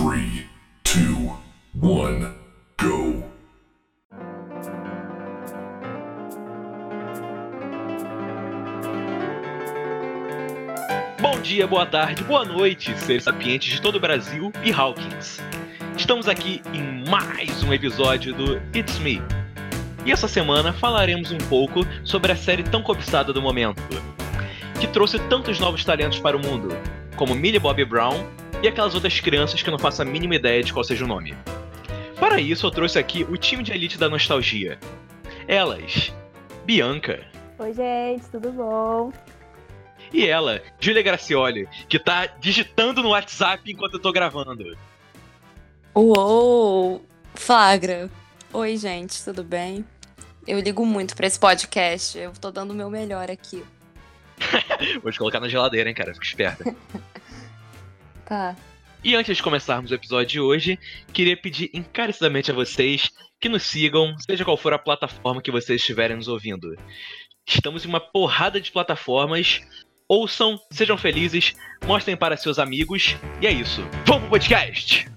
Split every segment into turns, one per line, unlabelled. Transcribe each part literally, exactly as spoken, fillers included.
três, dois, um, go!
Bom dia, boa tarde, boa noite, seres sapientes de todo o Brasil e Hawkins. Estamos aqui em mais um episódio do It's Me. E essa semana falaremos um pouco sobre a série tão cobiçada do momento, que trouxe tantos novos talentos para o mundo, como Millie Bobby Brown e aquelas outras crianças que eu não faço a mínima ideia de qual seja o nome. Para isso eu trouxe aqui o time de elite da nostalgia. Elas, Bianca.
Oi gente, tudo bom?
E ela, Júlia Gracioli, que tá digitando no WhatsApp enquanto eu tô gravando.
Uou! Flagra. Oi, gente, tudo bem? Eu ligo muito pra esse podcast. Eu tô dando o meu melhor aqui.
Vou te colocar na geladeira, hein, cara? Fica esperta.
Tá.
E antes de começarmos o episódio de hoje, queria pedir encarecidamente a vocês que nos sigam, seja qual for a plataforma que vocês estiverem nos ouvindo. Estamos em uma porrada de plataformas. Ouçam, sejam felizes, mostrem para seus amigos. E é isso. Vamos pro podcast!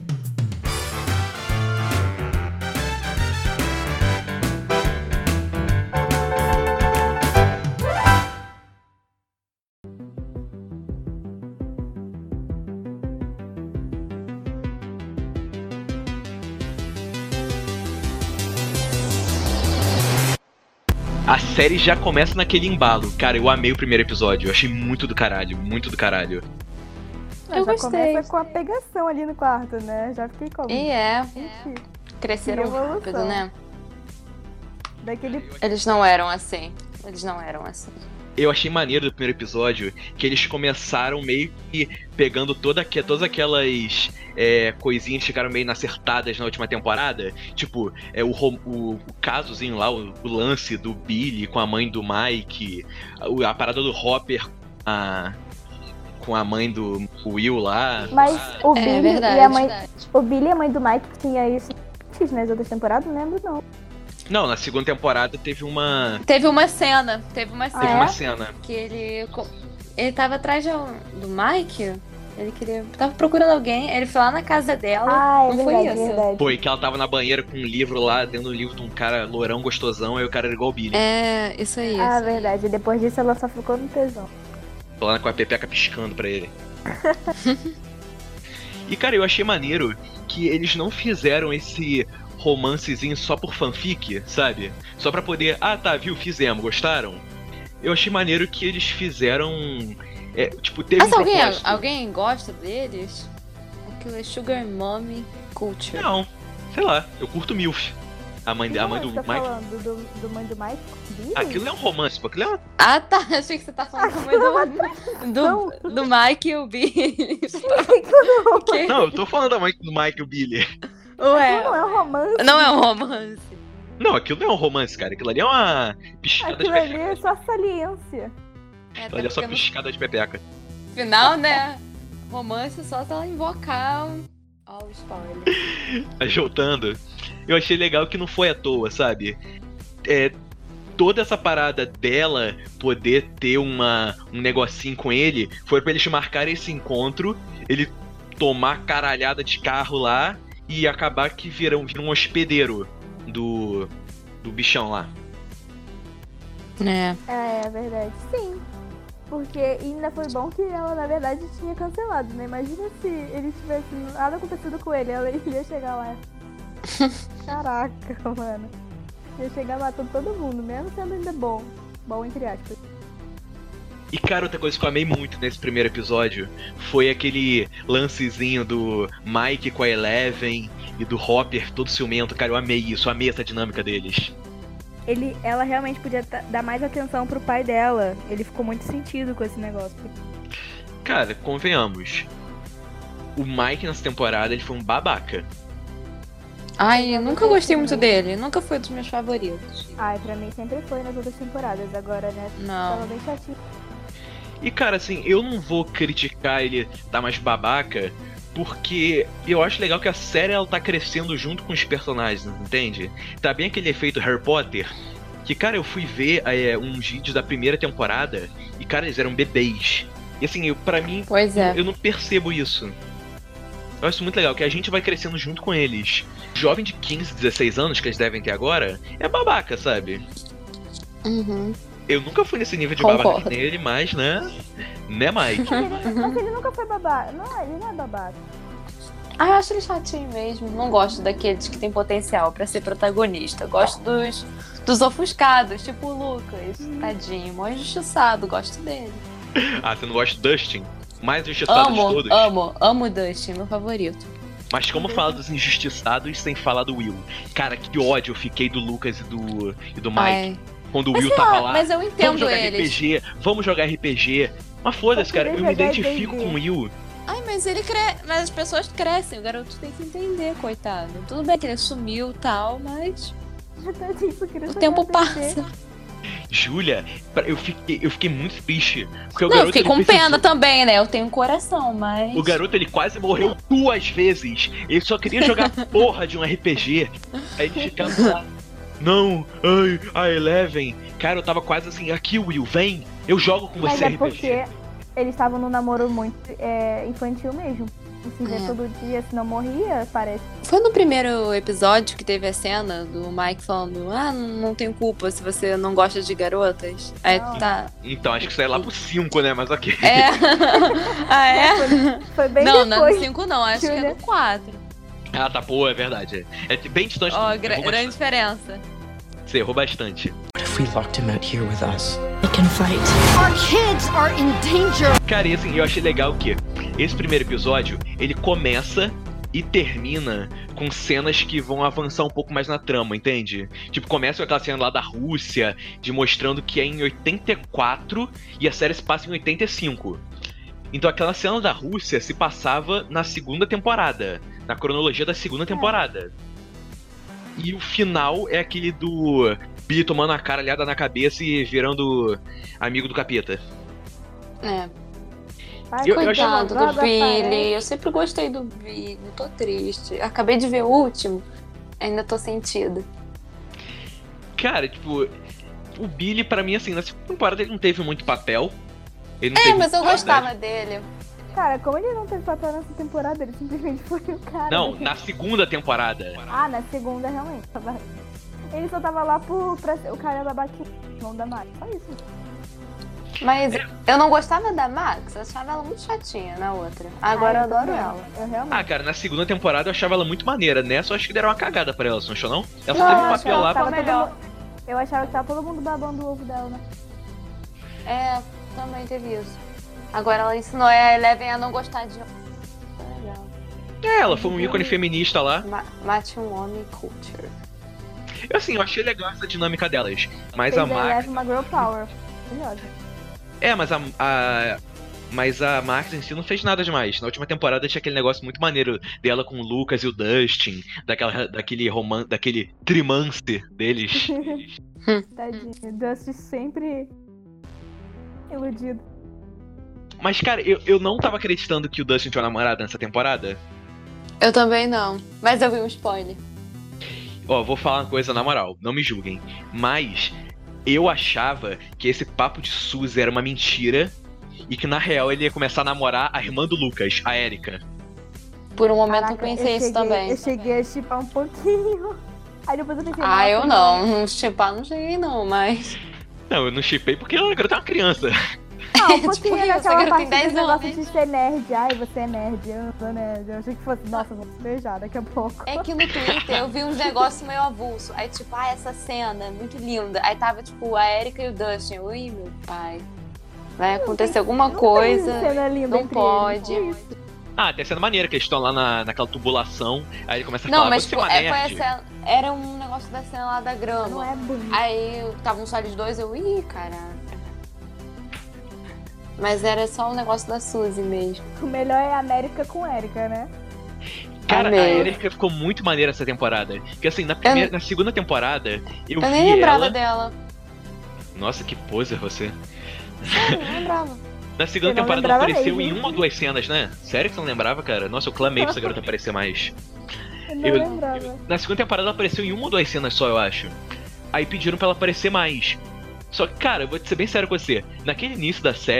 A série já começa naquele embalo. Cara, eu amei o primeiro episódio. Eu achei muito do caralho, muito do caralho.
Eu já gostei. Começa com a pegação ali no quarto, né? Já fiquei como?
E é.
Gente,
Cresceram rápido, né?
Daquele...
Eles não eram assim. Eles não eram assim.
Eu achei maneiro do primeiro episódio que eles começaram meio que pegando toda, todas aquelas é, coisinhas que ficaram meio acertadas na última temporada. Tipo, é, o, o, o casozinho lá, o, o lance do Billy com a mãe do Mike, a, a parada do Hopper a, com a mãe do Will lá.
Mas o
É,
Billy
verdade,
e a mãe,
verdade.
o Billy e a mãe do Mike tinha isso antes, nas outras temporadas, não lembro não.
Não, na segunda temporada teve uma.
Teve uma cena. Teve uma
Teve
cena
uma cena.
que ele. Ele tava atrás de, do Mike. Ele queria. Tava procurando alguém. Ele foi lá na casa dela.
Ah, é
não
verdade,
foi isso?
verdade.
Foi que ela tava na banheira com um livro lá, dentro do livro de um cara lourão gostosão, aí o cara era igual o Billy.
É, isso aí.
Ah,
isso aí.
verdade. Depois disso ela só ficou no tesão.
Falando com a pepeca piscando pra ele. E cara, eu achei maneiro que eles não fizeram esse romancezinho só por fanfic, sabe? Só pra poder, ah tá, viu, fizemos, gostaram? Eu achei maneiro que eles fizeram, é, tipo, teve
Mas
um
alguém,
propósito.
alguém gosta deles? Aquilo é Sugar Mommy Culture.
Não, sei lá, eu curto MILF. A mãe,
Que
a mãe do
romance
Mike.
tá falando? Do, do mãe do Mike? Billy?
Aquilo não é um romance, pô, aquilo é uma...
Ah, tá. Achei que você tá falando do, do, do Mike e o Billy. Que?
Não, eu tô falando da mãe do Mike e o Billy.
Ué,
Aquilo não é um romance.
não é um romance.
Não, aquilo não é um romance, cara. Aquilo ali é uma piscada de
Aquilo ali
pepeca.
é só saliência.
É,
Aquilo ali é só
porque no
piscada de pepeca.
final, né? Romance só se ela invocar. Ó, o spoiler.
Mas voltando, eu achei legal que não foi à toa, sabe? É, toda essa parada dela poder ter uma, um negocinho com ele foi pra eles marcarem esse encontro, ele tomar caralhada de carro lá e acabar que vira um, vira um hospedeiro do, do bichão lá.
É.
É, é verdade. Sim. Porque ainda foi bom que ela, na verdade, tinha cancelado, né? Imagina se ele tivesse nada acontecido com ele, ela ia chegar lá. Caraca, mano. Ia chegar matando todo mundo, mesmo sendo ainda bom. Bom, entre aspas.
E cara, outra coisa que eu amei muito nesse primeiro episódio foi aquele lancezinho do Mike com a Eleven e do Hopper todo ciumento. Cara, eu amei isso, eu amei essa dinâmica deles.
Ele, ela realmente podia ta- dar mais atenção pro pai dela. Ele ficou muito sentido com esse negócio.
Cara, convenhamos. O Mike nessa temporada ele foi um babaca.
Ai, eu nunca gostei muito dele. Nunca foi dos meus favoritos.
Ai, pra mim sempre foi nas outras temporadas. Agora, né? Tava
Não.
bem chatinho.
E cara, assim, eu não vou criticar ele tá mais babaca, porque eu acho legal que a série ela tá crescendo junto com os personagens, entende? Tá bem aquele efeito Harry Potter, que cara, eu fui ver é, uns vídeos da primeira temporada e cara, eles eram bebês. E assim, eu, pra mim,
Pois é.
eu não percebo isso. Eu acho muito legal, que a gente vai crescendo junto com eles. Jovem de quinze, dezesseis anos, que eles devem ter agora, é babaca, sabe?
Uhum.
Eu nunca fui nesse nível de
Concordo.
babaca nele, mas, né? Né, Mike?
Ele- Mas ele nunca foi babaca. Não, ele não é babaca.
Ah, eu acho ele chatinho mesmo. Não gosto daqueles que tem potencial pra ser protagonista. Gosto dos, dos ofuscados, tipo o Lucas. Tadinho, mó injustiçado. Gosto dele.
Ah, você não gosta do Dustin? Mais injustiçado de
Amo,
todos.
amo, amo o Dustin, meu favorito.
Mas como falar dos injustiçados sem falar do Will? Cara, que ódio eu fiquei do Lucas e do, e do Mike.
Ai.
Quando o
Mas
Will
sei
tava
lá,
lá.
mas eu
Vamos
entendo
jogar
eles.
R P G, vamos jogar R P G. Mas foda-se,
Eu
cara, eu
queria
me
jogar
identifico
D and D.
com o Will.
Ai, mas ele cresce. Mas as pessoas crescem, o garoto tem que entender, coitado. Tudo bem que ele sumiu e tal, mas
Tadinho, só queria
o
jogar
tempo
D and D.
passa.
Júlia, pra- eu fiquei, eu fiquei muito triste. Porque o
Não, eu
garoto
fiquei
ele
com
precisou-
pena também, né? Eu tenho um coração, mas.
O garoto ele quase morreu duas vezes. Ele só queria jogar porra de um R P G. Aí ele ficava lá. Não, ai, a Eleven. Cara, eu tava quase assim, aqui, Will, vem. Eu jogo com
Mas
você
é
R P G.
porque eles estavam num namoro muito é, infantil mesmo. E se vê
É.
todo dia, se não morria, parece.
Foi no primeiro episódio que teve a cena do Mike falando: Ah, não tenho culpa se você não gosta de garotas. Aí
Não.
tá.
Então, acho que isso é lá pro cinco, né? Mas ok.
É. ah, é?
Foi bem
Não, não é
depois.
no cinco não, acho que é
Júlia.
no quatro.
Ah, tá, pô, é verdade. É É bem distante.
Ó,
do-
gra-
errou
grande
bastante.
diferença.
Você errou bastante.
What if we locked him out here with us?
They can fight. Our kids are in danger.
Cara, e assim, eu achei legal que esse primeiro episódio, ele começa e termina com cenas que vão avançar um pouco mais na trama, entende? Tipo, começa com aquela cena lá da Rússia, de mostrando que é em oitenta e quatro e a série se passa em oitenta e cinco. Então aquela cena da Rússia se passava na segunda temporada, na cronologia da segunda temporada. E o final é aquele do Billy tomando a caralhada na cabeça e virando amigo do capeta.
É.
Ai,
Eu- eu achei-
Coitado do
logo
Billy.
aparece.
Eu sempre gostei do Billy. Tô triste. Acabei de ver o último. Ainda tô sentida.
Cara, tipo, o Billy, pra mim, assim, na segunda temporada ele não teve muito papel. Ele não
É,
teve
mas eu
muita
gostava
verdade.
dele.
Cara, como ele não teve papel nessa temporada, ele simplesmente foi o cara.
Não,
né?
na segunda temporada.
Ah, na segunda, realmente. tava- Ele só tava lá por, pra ser o cara da baquinha, não da Mari. Só isso.
Mas eu não gostava da Max. Eu achava ela muito chatinha na outra. Agora
Ah,
eu adoro
também.
ela.
Eu realmente.
Ah, cara, na segunda temporada eu achava ela muito maneira. Nessa eu acho que deram uma cagada pra ela, você não achou não? Ela só
Não,
teve um
eu
papel
achei ela
lá pra...
tava todo
melhor.
mundo- Eu achava que tava todo mundo babando o ovo dela, né?
É, também teve isso. Agora ela ensinou a Eleven a não gostar de. Foi legal.
É, ela foi um ícone feminista lá.
Ma- Mate um homem culture.
Eu, assim, eu achei legal essa dinâmica delas. Mas
Fez
a
a
Max...
Eleven uma girl power. Curiosa.
É, mas a, a... Mas a Max em si não fez nada demais. Na última temporada tinha aquele negócio muito maneiro dela com o Lucas e o Dustin, daquela, daquele romance, daquele trimance deles.
Tadinho. Dusty sempre iludido.
Mas, cara, eu, eu não tava acreditando que o Dustin tinha uma namorada nessa temporada.
Eu também não. Mas eu vi um spoiler.
Ó, vou falar uma coisa na moral, não me julguem. Mas eu achava que esse papo de Suzy era uma mentira e que na real ele ia começar a namorar a irmã do Lucas, a Erika.
Por um momento
Caraca,
eu pensei isso
cheguei-
também.
Eu cheguei a chipar um pouquinho. Aí depois eu pensei,
Ah,
nossa,
eu não. Chipar não cheguei não, mas.
Não, eu não chipei porque a garota é uma criança.
Não, um
Tipo
pouquinho
isso,
naquela
agora
parte
tem dez
do negócio
anos.
de ser nerd. Ai, você é nerd, eu não sou nerd. Eu achei que fosse, nossa, vou te beijar daqui a pouco.
É que no Twitter eu vi uns negócios meio avulso. Aí, tipo, ah, essa cena é muito linda. Aí tava, tipo, a Erika e o Dustin. Ui, meu pai. Vai acontecer alguma
Não
coisa.
tem cena linda
Não
entre
pode.
eles, que isso?
Ah, tem a cena maneira que eles estão lá na, naquela tubulação, aí ele começa a
Não,
falar,
mas
você
tipo,
é uma
é, foi a
nerd.
cena- era um negócio da cena lá da
Não
grama.
é bonito.
Aí estavam só eles dois, eu, ih, caraca. Mas era só um negócio da Suzy mesmo.
O melhor é a América com Erika, né?
Cara,
Amei.
a Erika ficou muito maneira essa temporada. Porque assim, na, primeira, na segunda temporada, eu,
Eu
vi
nem lembrava
ela...
dela.
Nossa, que poser você.
Sério, nem lembrava.
Na segunda
Eu não
temporada ela
lembrava
apareceu
mesmo.
em uma ou duas cenas, né? Sério que você não lembrava, cara? Nossa, eu clamei pra essa garota aparecer mais.
Eu não
Eu-
lembrava.
Na segunda temporada ela apareceu em uma ou duas cenas só, eu acho. Aí pediram pra ela aparecer mais. Só que, cara, eu vou te ser bem sério com você. Naquele início da série,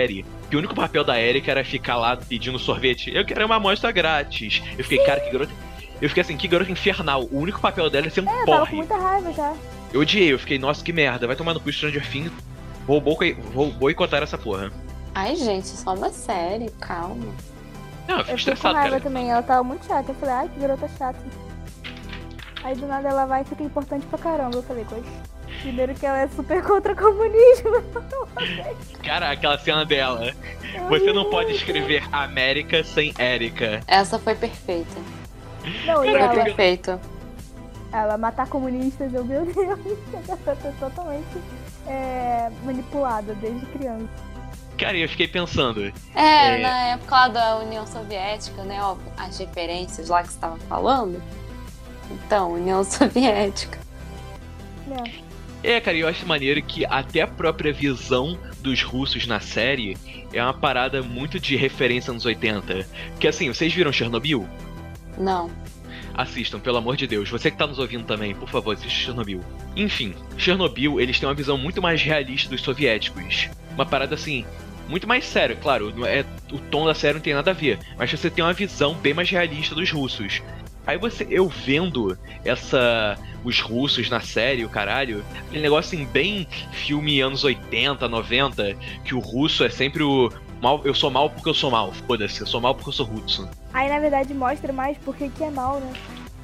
que o único papel da Erika era ficar lá pedindo sorvete. Eu quero uma amostra grátis. Eu fiquei, cara, que garota... Eu fiquei assim, que garota infernal. O único papel dela é ser um
É, eu
porre.
tava com muita raiva já.
Eu odiei, eu fiquei, nossa, que merda. Vai tomar no cu Stranger Things. Vou, boi... Vou boicotar essa porra.
Ai, gente, só uma série, calma.
Não, eu fico
Eu fiquei com
estressado,
raiva
cara.
também, ela tava muito chata. Eu falei, ai, que garota chata. Aí do nada ela vai e fica importante pra caramba. Eu falei, coisa. Primeiro que ela é super contra o comunismo.
Cara, aquela cena dela. Você não pode escrever América sem Erika.
Essa foi perfeita.
Não, e
Foi
ela,
perfeita.
ela matar comunistas, eu, meu Deus, ela tá totalmente é, manipulada desde criança.
Cara, e eu fiquei pensando.
É,
É.
na época lá da União Soviética, né? Ó, as referências lá que você tava falando. Então, União Soviética.
É.
É, cara, eu acho maneiro que até a própria visão dos russos na série é uma parada muito de referência anos oitenta. Que assim, vocês viram Chernobyl?
Não.
Assistam, pelo amor de Deus. Você que tá nos ouvindo também, por favor, assista Chernobyl. Enfim, Chernobyl, eles têm uma visão muito mais realista dos soviéticos. Uma parada assim, muito mais séria, claro, não é, o tom da série não tem nada a ver, mas você tem uma visão bem mais realista dos russos. Aí você, eu vendo essa, os russos na série, o caralho, aquele negócio assim, bem filme anos oitenta, noventa, que o russo é sempre o mal, eu sou mal porque eu sou mal, foda-se, eu sou mal porque eu sou russo.
Aí na verdade mostra mais porque que é mal, né?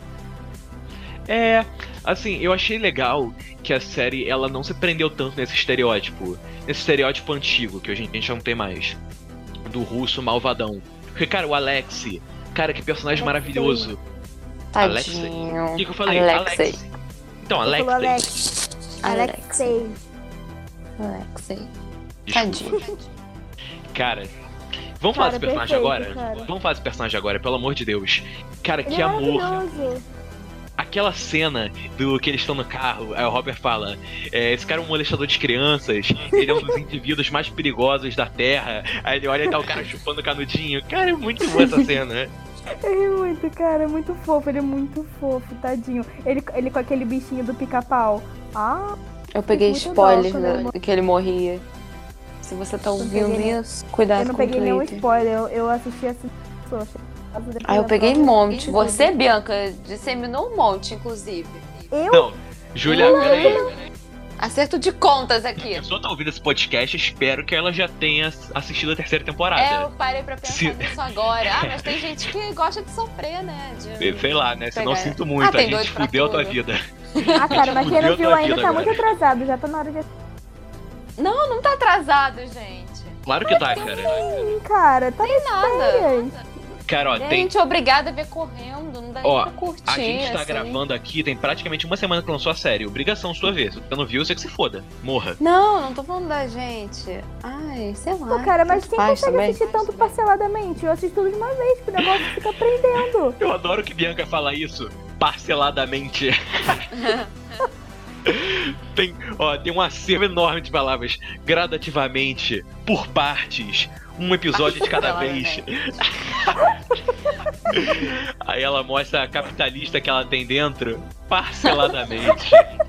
É, assim, eu achei legal que a série, ela não se prendeu tanto nesse estereótipo, nesse estereótipo antigo, que hoje a gente não tem mais, do russo malvadão. Porque, cara, o Alexei, cara, que personagem
Alexei.
maravilhoso.
Tadinho.
O que, que eu falei?
Alexei.
Alexei. Então,
Ele falou
Alexei.
Alex. Alexei.
Alexei.
Desculpa.
Tadinho.
Cara, vamos falar
Cara,
desse personagem
perfeito,
agora?
cara.
Vamos falar desse personagem agora, pelo amor de Deus. Cara,
Ele
que
é
amor.
maravilhoso.
Aquela cena do que eles estão no carro, aí o Robert fala, é, esse cara é um molestador de crianças, ele é um dos indivíduos mais perigosos da Terra. Aí ele olha e tá o cara chupando canudinho. Cara, é muito boa essa cena.
Ele é muito, cara, é muito fofo, ele é muito fofo, tadinho. Ele, ele com aquele bichinho do pica-pau. Ah,
Eu peguei
Muito
spoiler
dó quando
da-
ele
que ele morria. Se você tá ouvindo
peguei nem-
isso, cuidado
eu não
com o
peguei nenhum
Twitter.
spoiler, eu, eu assisti assim. depois
Ah, eu
da
peguei um
prova.
monte. Você, Bianca, disseminou um monte, inclusive.
Eu?
Não, Júlia, peraí.
Acerto de contas aqui.
A pessoa tá ouvindo esse podcast, espero que ela já tenha assistido a terceira temporada.
É, eu parei pra pensar
Se-
nisso agora. Ah, mas tem gente que gosta de sofrer, né? De...
Sei lá, né? Se não
Pegar-
sinto muito,
Ah, tem
a gente
doido pra
fudeu a tua
tudo.
vida.
Ah, cara, mas quem
Fudeu
não
a
viu
tua
ainda
vida
tá
agora.
muito atrasado, já tá na hora de
Não, não tá atrasado, gente.
Claro que tá, cara.
Sim, cara, tá nas
Nada.
férias.
Cara, ó,
A
tem.
gente é obrigada a ver correndo, não dá nem
Ó,
pra curtir.
A gente tá
assim.
gravando aqui, tem praticamente uma semana que lançou a série. Obrigação sua vez. Se você não viu, você que se foda. Morra.
Não, não tô falando da gente. Ai, sei lá.
Pô, cara, mas
tanto
quem
faz
consegue
também.
assistir tanto parceladamente? Eu assisto tudo de uma vez, que o negócio fica aprendendo.
Eu adoro que Bianca fala isso parceladamente. Tem, ó, tem um acervo enorme de palavras. Gradativamente, por partes, um episódio de cada vez. Aí ela mostra a capitalista que ela tem dentro, parceladamente.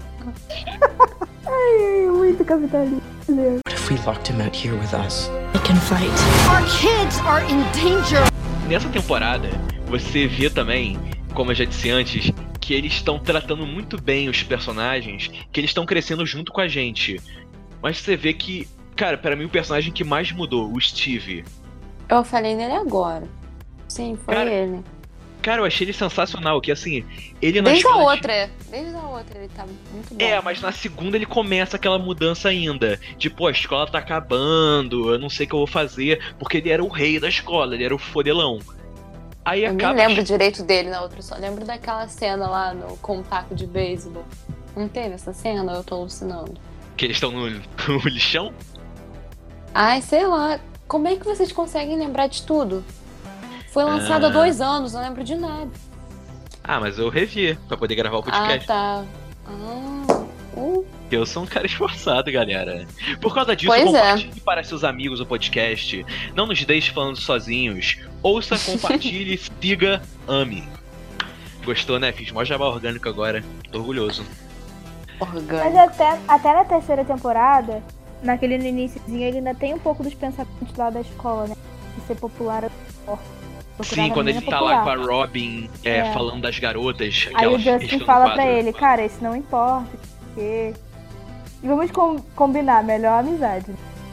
Ai, muito capitalista.
What if we locked him out here with us?
They can fight. Our kids are in danger.
Nessa temporada, você vê também, como eu já disse antes, que eles estão tratando muito bem os personagens, que eles estão crescendo junto com a gente. Mas você vê que, cara, pra mim o personagem que mais mudou, o Steve.
Eu falei nele agora. Sim, foi
Cara,
ele.
Cara, eu achei ele sensacional, que assim, ele na
Desde a
escola-
outra. Desde a outra ele tá muito bom.
É, mas na segunda ele começa aquela mudança ainda. Tipo, a escola tá acabando, eu não sei o que eu vou fazer, porque ele era o rei da escola, ele era o fodelão. Aí
Eu nem
acaba.
lembro direito dele na outra, só lembro daquela cena lá no, com o taco de beisebol. Não teve essa cena ou eu tô alucinando?
Que eles estão no, no lixão?
Ai, sei lá. Como é que vocês conseguem lembrar de tudo? Foi lançado
Ah.
há dois anos, não lembro de nada.
Ah, mas eu revi pra poder gravar o
Ah,
podcast.
tá. Ah, uh,
Eu sou um cara esforçado, galera. Por causa disso,
Pois é.
compartilhe para seus amigos o podcast. Não nos deixe falando sozinhos. Ouça, compartilhe, siga, ame. Gostou, né? Fiz mó jabá orgânico agora. Tô orgulhoso.
Mas
orgânico.
até, até na terceira temporada, naquele no iníciozinho, ele ainda tem um pouco dos pensamentos lá da escola, né? De ser popular.
Sim, quando ele tá lá com a Robin, é, é. falando das garotas.
Aí o Justin fala pra ele, cara, isso não importa, porque... E vamos com, combinar, melhor amizade.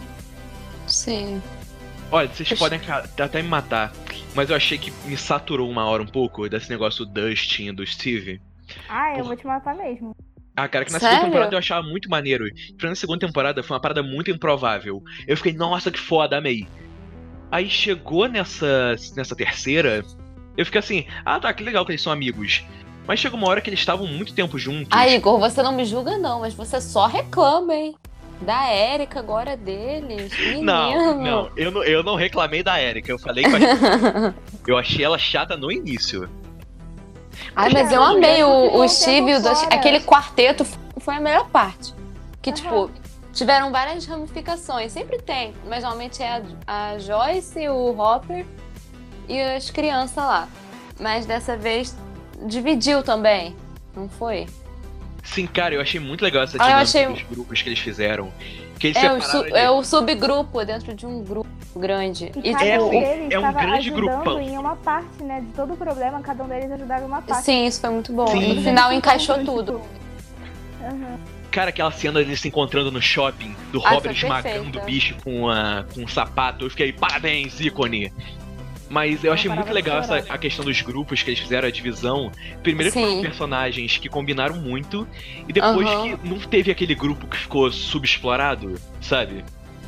Sim.
Olha, vocês podem até me matar, mas eu achei que me saturou uma hora um pouco desse negócio do Dustin e do Steve.
Ah, eu Por... vou te matar mesmo.
Ah, cara, que na
Sério?
segunda temporada eu achava muito maneiro. Na segunda temporada foi uma parada muito improvável. Eu fiquei, nossa, que foda, amei. Aí chegou nessa, nessa terceira, eu fiquei assim, ah tá, que legal que eles são amigos. Mas chegou uma hora que eles estavam muito tempo juntos.
Ah, Igor, você não me julga não, mas você só reclama, hein? Da Erika, agora deles. Menino.
Não, não, eu não, eu não reclamei da Erika, eu falei que eu achei, eu achei ela chata no início.
Ai, mas eu amei o, o Steve e o Dustin. Aquele quarteto foi a melhor parte. Que, uhum. tipo, tiveram várias ramificações. Sempre tem, mas normalmente é a, a Joyce, o Hopper e as crianças lá. Mas dessa vez dividiu também, não foi?
Sim, cara, eu achei muito legal essa
ah,
dinâmica
achei...
dos grupos que eles fizeram. Que eles
é, o su-
de...
é o subgrupo dentro de um grupo grande.
E,
e
cada
é,
um
sim,
deles
é um grande grupão.
Em uma parte, né? De todo o problema, cada um deles ajudava em uma parte.
Sim, isso foi muito bom.
Sim.
No final encaixou tudo.
Uhum.
Cara, aquela cena deles se encontrando no shopping, do
Ah,
Robert
foi
esmagando
perfeita.
o bicho com, a, com um sapato, eu fiquei, parabéns, ícone! Mas eu achei muito legal essa, a questão dos grupos que eles fizeram, a divisão. Primeiro que
Sim.
foram personagens que combinaram muito, e depois
Uhum.
que não teve aquele grupo que ficou subexplorado, sabe?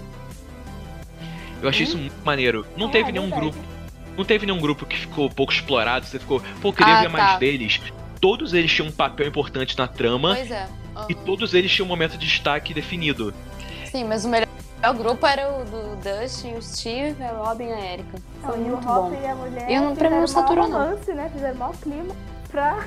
Eu achei
Hum?
isso muito maneiro. Não
É,
teve
é
nenhum
verdade.
grupo. Não teve nenhum grupo que ficou pouco explorado, você ficou, pô, eu queria
Ah,
ver mais
tá.
deles. Todos eles tinham um papel importante na trama,
Pois é. Uhum.
e todos eles tinham um momento de destaque definido.
Sim, mas o melhor grupo era o do Dustin, o Steve, a Robin e a Erika. Foi
Então, e o
muito bom.
Hopper e a mulher
E eu não- pra mim não
fizeram
saturou,
maior
não.
romance, né? Fizeram maior clima pra...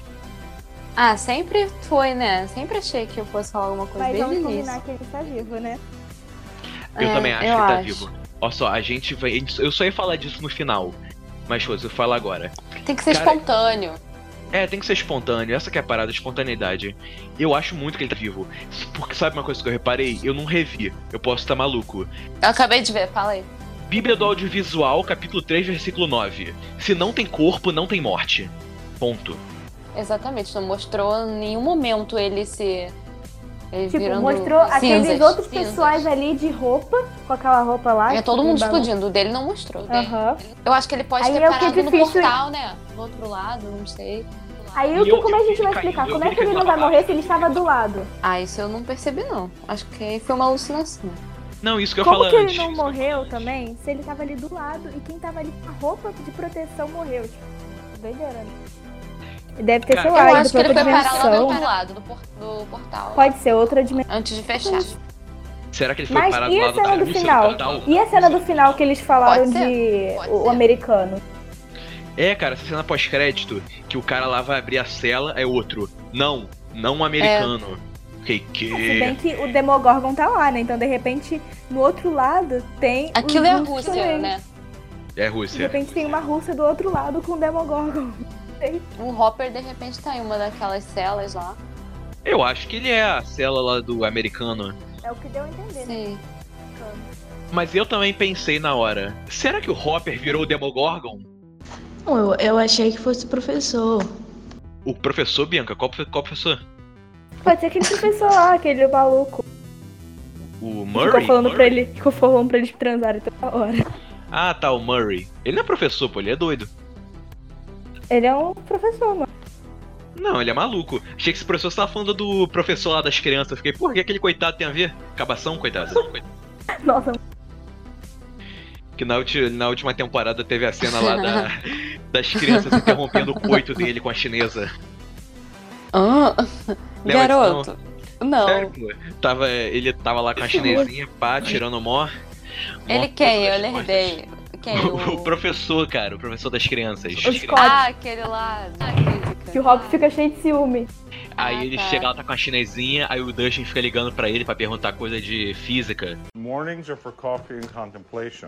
Ah, sempre foi, né? Sempre achei que eu fosse falar alguma coisa
Mas
desde
vamos
o
combinar
início.
que ele tá vivo, né?
Eu
É,
também acho
eu
que tá
acho.
vivo. Olha só, a gente vai. Eu só ia falar disso no final. Mas, pô, eu falo agora.
Tem que ser
Cara,
espontâneo.
É, tem que ser espontâneo, essa que é a parada, espontaneidade. Eu acho muito que ele tá vivo. Porque sabe uma coisa que eu reparei? Eu não revi. Eu posso estar maluco.
Eu acabei de ver, fala aí.
Bíblia do Audiovisual, capítulo três, versículo nove. Se não tem corpo, não tem morte. Ponto.
Exatamente, não mostrou em nenhum momento ele se. Ele
Tipo,
virando
mostrou aqueles
cinzas,
outros
cinzas.
pessoais ali de roupa, com aquela roupa lá.
É todo
tipo,
mundo
bagulho.
explodindo, o dele não mostrou. o dele-
Aham.
Eu acho que ele pode
Aí
ter
é o que é
parado no
difícil-
portal, né? Do outro lado, não sei.
Aí
E
o que,
eu-
como a
eu
gente
vi
vai
ele
explicar?
caindo, eu
Como
vi
é que
ele
ele não vai
caindo.
morrer se ele estava do lado?
Ah, isso eu não percebi, não. Acho que foi uma alucinação.
Não, isso que eu
Como
falo
que
antes.
ele não morreu também se ele tava ali do lado e quem tava ali com a roupa de proteção morreu? Tipo, doideira, né? Deve ter,
Cara,
sei
Eu
lá, ido
acho que
pra
ele
outra
foi parar lá do
dimensão.
outro lado do, por- do portal.
Pode ser outra dimensão.
Antes de fechar.
Será que ele foi
Mas
parado
e
do
a
lado
cena
da
do
Rússia
final?
portal?
E a cena do final que eles falaram
Pode ser,
de
pode
o
ser.
americano?
É, cara, essa cena pós-crédito, que o cara lá vai abrir a cela, é outro. Não, não um americano. Fiquei,
Se bem
que...
que o Demogorgon tá lá, né? Então, de repente, no outro lado tem.
Aquilo
os
é a
russos
Rússia,
também.
né?
É
De
Rússia.
repente tem uma Rússia do outro lado com o Demogorgon.
O Hopper, de repente, tá em uma daquelas celas lá.
Eu acho que ele é a cela lá do americano.
É o que deu a entender, né?
Sim.
Mas eu também pensei na hora, será que o Hopper virou o Demogorgon?
Não, eu, eu achei que fosse o professor.
O professor, Bianca? Qual, qual professor?
Pode ser aquele professor lá, aquele maluco.
O
Que
Murray?
ficou falando
Murray?
pra ele, ficou falando pra eles transarem toda hora.
Ah, tá, o Murray. Ele não é professor, pô, ele é doido.
Ele é um professor, mano.
Não, ele é maluco. Achei que esse professor tava falando do professor lá das crianças. Fiquei, por que aquele coitado tem a ver? Cabação, coitado.
Nossa,
Que na, ulti- na última temporada teve a cena lá da- das crianças interrompendo o coito dele com a chinesa.
Ah,
Lembra
garoto. Não.
Sério, pô. Tava, ele tava lá com a chinesinha, pá, tirando mó. mó
Ele quem?
coisa
Eu
das
lerdei. Quem?
costas. O
O...
professor, cara, o professor das crianças.
o Scott,
Ah, aquele lá. da física.
que o Rob fica cheio de ciúme.
Aí
Ah,
ele
tá.
chega lá, tá com a chinesinha, aí o Dustin fica ligando pra ele pra perguntar coisa de física.
Mornings are for coffee and contemplation.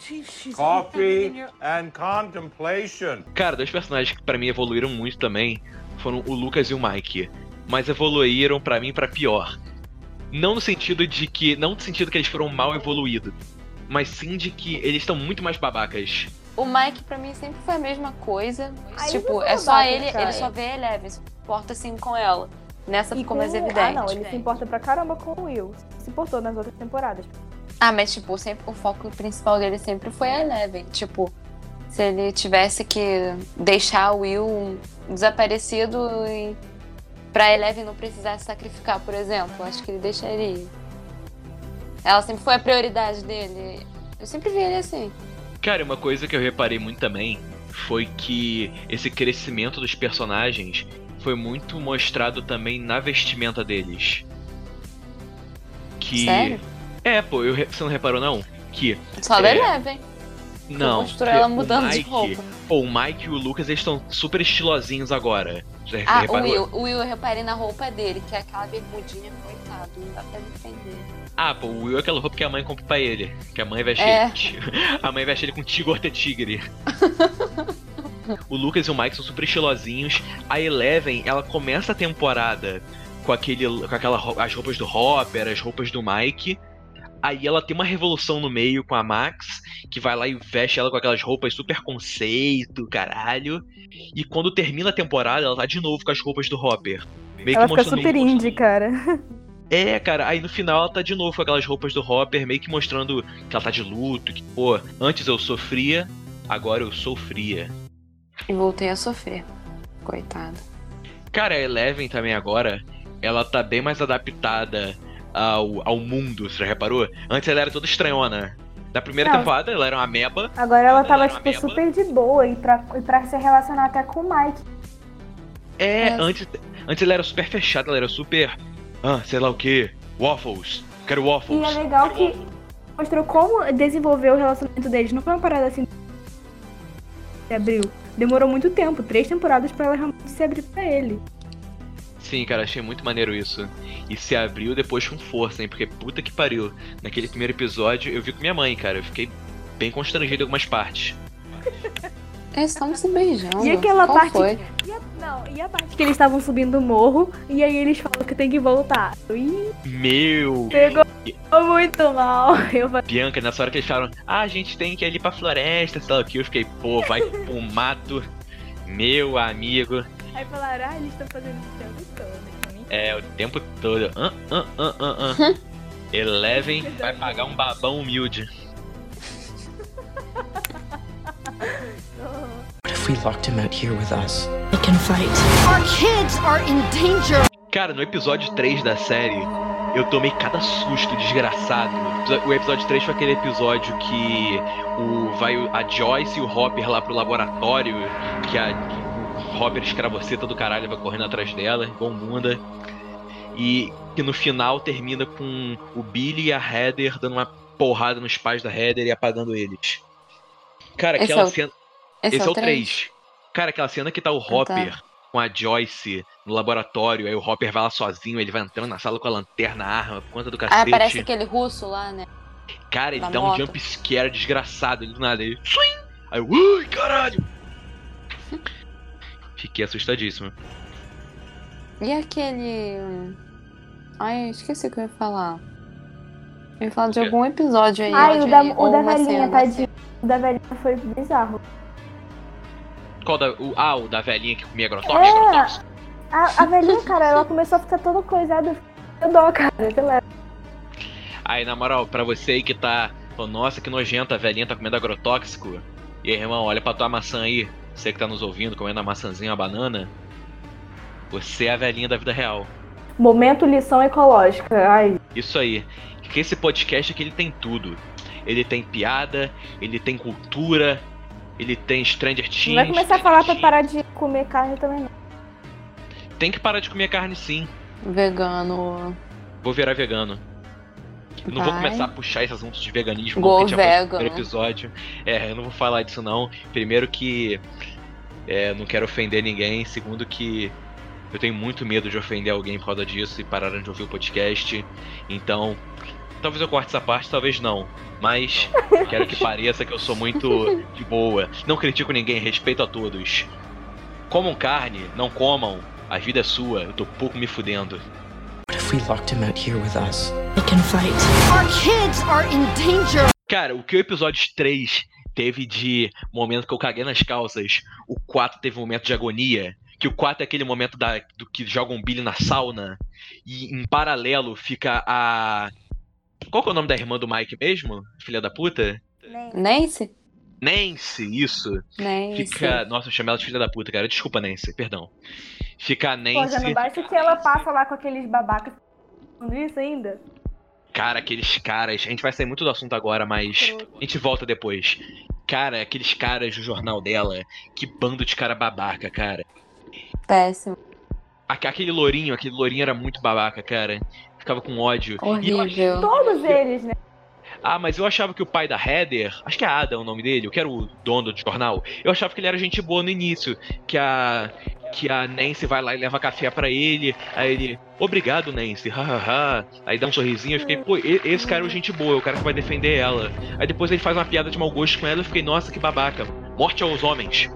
Coffee and contemplation.
Cara, dois personagens que pra mim evoluíram muito também foram o Lucas e o Mike. Mas evoluíram pra mim pra pior. Não no sentido de que. Não no sentido que eles foram mal evoluídos. Mas sim de que eles estão muito mais babacas.
O Mike, pra mim, sempre foi a mesma coisa.
Aí
tipo,
não
é
foi
só
babaca,
ele,
cara.
ele só vê a Eleven, se importa assim com ela. Nessa
E
ficou
com...
mais evidente.
Ah, não, ele se importa pra caramba com o Will. Se importou nas outras temporadas.
Ah, mas tipo, sempre, o foco principal dele sempre foi a Eleven. Tipo, se ele tivesse que deixar o Will desaparecido e pra Eleven não precisar se sacrificar, por exemplo, acho que ele deixaria. Ela sempre foi a prioridade dele. Eu sempre vi ele assim.
Cara, uma coisa que eu reparei muito também foi que esse crescimento dos personagens foi muito mostrado também na vestimenta deles. Que...
Sério?
É, pô, eu, re- você não reparou não? Que...
Só da
é,
Eleven.
Não,
mostrou
que
ela
o
mudando de
Mike-
roupa.
Pô, o Mike e o Lucas, eles estão super estilosinhos agora. Já
Ah, o
reparou?
Will, o Will, eu reparei na roupa dele, que é aquela bermudinha, coitado, não dá pra defender.
Ah, pô, o Will é aquela roupa que a mãe compra pra ele. Que a mãe veste
É.
ele. ti- A mãe veste ele com Tigor de Tigre. O Lucas e o Mike são super estilosinhos. A Eleven, ela começa a temporada com aquele, com aquela, ro- as roupas do Hopper, as roupas do Mike. Aí ela tem uma revolução no meio com a Max, que vai lá e veste ela com aquelas roupas super conceito, caralho. E quando termina a temporada, ela tá de novo com as roupas do Hopper. Meio
Ela
que
fica
mostrando-
super indie, cara.
É, cara, aí no final ela tá de novo com aquelas roupas do Hopper, meio que mostrando que ela tá de luto, que, pô, antes eu sofria, agora eu sou fria.
E voltei a sofrer. Coitado.
Cara, a Eleven também agora, ela tá bem mais adaptada ao, ao mundo, você já reparou? Antes ela era toda estranhona. Na primeira
Não.
temporada ela era uma ameba.
Agora ela tava,
Ela era uma
tipo,
ameba.
super de boa. E pra, e pra se relacionar até com o Mike.
É,
É.
antes, antes ela era super fechada, ela era super... Ah, sei lá o que, waffles, quero
E
waffles.
é legal
quero
que mostrou como desenvolver o relacionamento deles. Não foi uma parada assim se abriu. Demorou muito tempo, três temporadas pra ela realmente se abrir pra ele.
Sim, cara, achei muito maneiro isso. E se abriu depois com força, hein? Porque puta que pariu. Naquele primeiro episódio eu vi com minha mãe, cara. Eu fiquei bem constrangido em algumas partes.
Eles estavam se beijando.
E aquela
Qual
parte-
foi?
E a, não, e a parte que eles estavam subindo o morro e aí eles falam que tem que voltar. Ih,
Meu!
pegou muito mal. Eu falei,
Bianca, nessa hora que eles falaram, ah, a gente tem que ir ali pra floresta, sei lá o que, eu fiquei, pô, vai pro mato, meu amigo.
aí falaram, ah, eles estão fazendo isso o tempo todo. hein?
É, o tempo todo. Ah, ah, ah, ah, ah. Eleven vai pagar um babão humilde.
What if we locked him out here with us?
They can fight.
Our kids are in danger.
Cara, no episódio três da série, eu tomei cada susto desgraçado. O episódio três foi aquele episódio que o, vai o- a Joyce e o Hopper lá pro laboratório, que a o Hopper escravoceta do caralho vai correndo atrás dela, igual Munda. E que no final termina com o Billy e a Heather dando uma porrada nos pais da Heather e apagando eles. Cara,
Esse
aquela
é o-
cena...
Esse,
Esse é o três. Cara, aquela cena que tá o Hopper com a Joyce no laboratório, aí o Hopper vai lá sozinho, ele vai entrando na sala com a lanterna, a arma, por conta do
Ah,
cacete.
parece aquele russo lá, né?
Cara, ele
da
dá um
moto.
jump scare desgraçado, ele do nada, ele... Swing! Aí eu, ui, caralho! Fiquei assustadíssimo.
E aquele. Ai, esqueci o que eu ia falar. Eu ia falar de
O quê?
algum episódio aí.
Ai, o da,
ou
o da
uma
velhinha,
cena.
tadinho. O da velhinha foi bizarro.
Qual da... O, ah, o da velhinha que comia
É.
agrotóxico?
A, a velhinha, cara, ela começou a ficar toda coisada. Eu dó, cara. sei lá.
Aí, na moral, pra você aí que tá... falando, nossa, que nojenta, a velhinha tá comendo agrotóxico. E aí, irmão, olha pra tua maçã aí. Você que tá nos ouvindo, comendo a maçãzinha, a banana. Você é a velhinha da vida real.
Momento lição ecológica. Ai.
Isso aí. Que esse podcast aqui ele tem tudo. Ele tem piada, ele tem cultura, ele tem Stranger Things.
Não vai começar a falar pra
Stranger
parar de comer carne também, não.
Things. Tem que parar de comer carne sim.
Vegano.
Vou virar vegano. Eu não vou
Vai.
começar a puxar esse assunto de veganismo
Go
como que a gente já falou no
vegan.
primeiro episódio. É, eu não vou falar disso não. Primeiro que é, não quero ofender ninguém. Segundo que eu tenho muito medo de ofender alguém por causa disso e pararam de ouvir o podcast. Então, talvez eu corte essa parte, talvez não. Mas quero que pareça que eu sou muito de boa. Não critico ninguém, respeito a todos. Comam carne, não comam. A vida é sua, eu tô pouco me fudendo.
What if If we locked him out here with us,
I can fight.
Our kids are in danger.
Cara, o que o episódio três teve de momento que eu caguei nas calças, o quatro teve um momento de agonia, que o quatro é aquele momento da, do que jogam Billy na sauna, e em paralelo fica a... Qual que é o nome da irmã do Mike mesmo? Filha da puta?
Nancy?
Nancy, isso.
Nancy.
Fica... Nossa, eu chamei ela de filha da puta, cara. Desculpa, Nancy, perdão. Fica a
Pô, já
Nancy...
não basta que ela passa lá com aqueles babacas falando isso ainda.
Cara, aqueles caras... A gente vai sair muito do assunto agora, mas a gente volta depois. Cara, aqueles caras do jornal dela, que bando de cara babaca, cara.
Péssimo.
Aque- Aquele lourinho, aquele lourinho era muito babaca, cara. Ficava com ódio. E eu ach-
Horrível.
Todos eles, né?
Ah, mas eu achava que o pai da Heather, acho que é Adam o nome dele, que era o dono do jornal, eu achava que ele era gente boa no início, que a que a Nancy vai lá e leva café pra ele, aí ele, obrigado Nancy, hahaha, aí dá um sorrisinho, eu fiquei, pô, e- esse cara é o gente boa, é o cara que vai defender ela. Aí depois ele faz uma piada de mau gosto com ela, eu fiquei, nossa, que babaca, morte aos homens.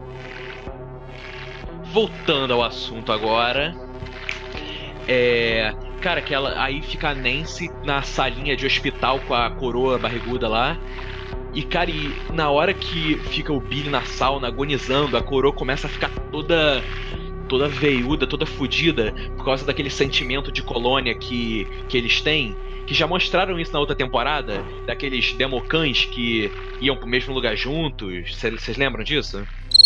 Voltando ao assunto agora, é... Cara, que ela, aí fica a Nancy na salinha de hospital com a coroa barriguda lá. E, cara, e na hora que fica o Billy na sauna agonizando, a coroa começa a ficar toda toda veiuda, toda fodida, por causa daquele sentimento de colônia que, que eles têm. Que já mostraram isso na outra temporada, daqueles democãs que iam pro mesmo lugar juntos. Vocês lembram disso?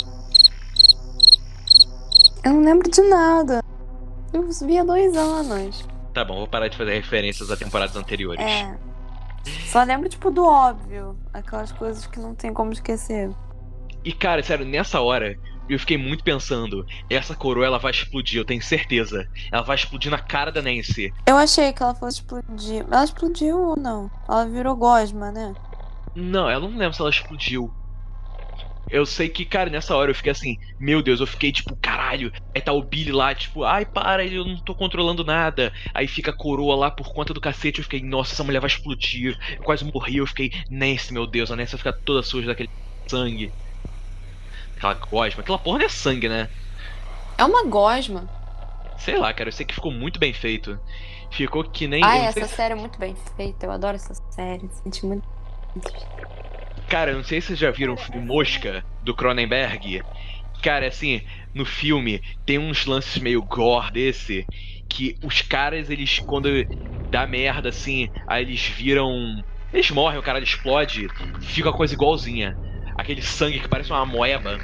Eu não lembro de nada. Eu vi há dois anos.
Tá bom, vou parar de fazer referências a temporadas anteriores.
É. Só lembro, tipo, do óbvio. Aquelas coisas que não tem como esquecer.
E, cara, sério, nessa hora, eu fiquei muito pensando, essa coroa, ela vai explodir, eu tenho certeza. Ela vai explodir na cara da Nancy.
Eu achei que ela fosse explodir. Ela explodiu ou não? Ela virou gosma, né?
Não, eu não lembro se ela explodiu. Eu sei que, cara, nessa hora eu fiquei assim, meu Deus, eu fiquei tipo, caralho. Aí tá o Billy lá, tipo, ai, para, eu não tô controlando nada. Aí fica a coroa lá por conta do cacete, eu fiquei, nossa, essa mulher vai explodir. Eu quase morri, eu fiquei, Nancy, meu Deus, a Nancy vai ficar toda suja daquele sangue. Aquela gosma, aquela porra não é sangue, né?
É uma gosma.
Sei lá, cara, eu sei que ficou muito bem feito. Ficou que nem...
Ai,
eu não
essa
sei se-
série é muito bem feita. Eu adoro essa série. Senti muito.
Cara, eu não sei se vocês já viram o filme Mosca, do Cronenberg. Cara, assim, no filme tem uns lances meio gore desse, que os caras, eles, quando dá merda, assim, aí eles viram... Eles morrem, o cara explode, fica a coisa igualzinha. Aquele sangue que parece uma moeba.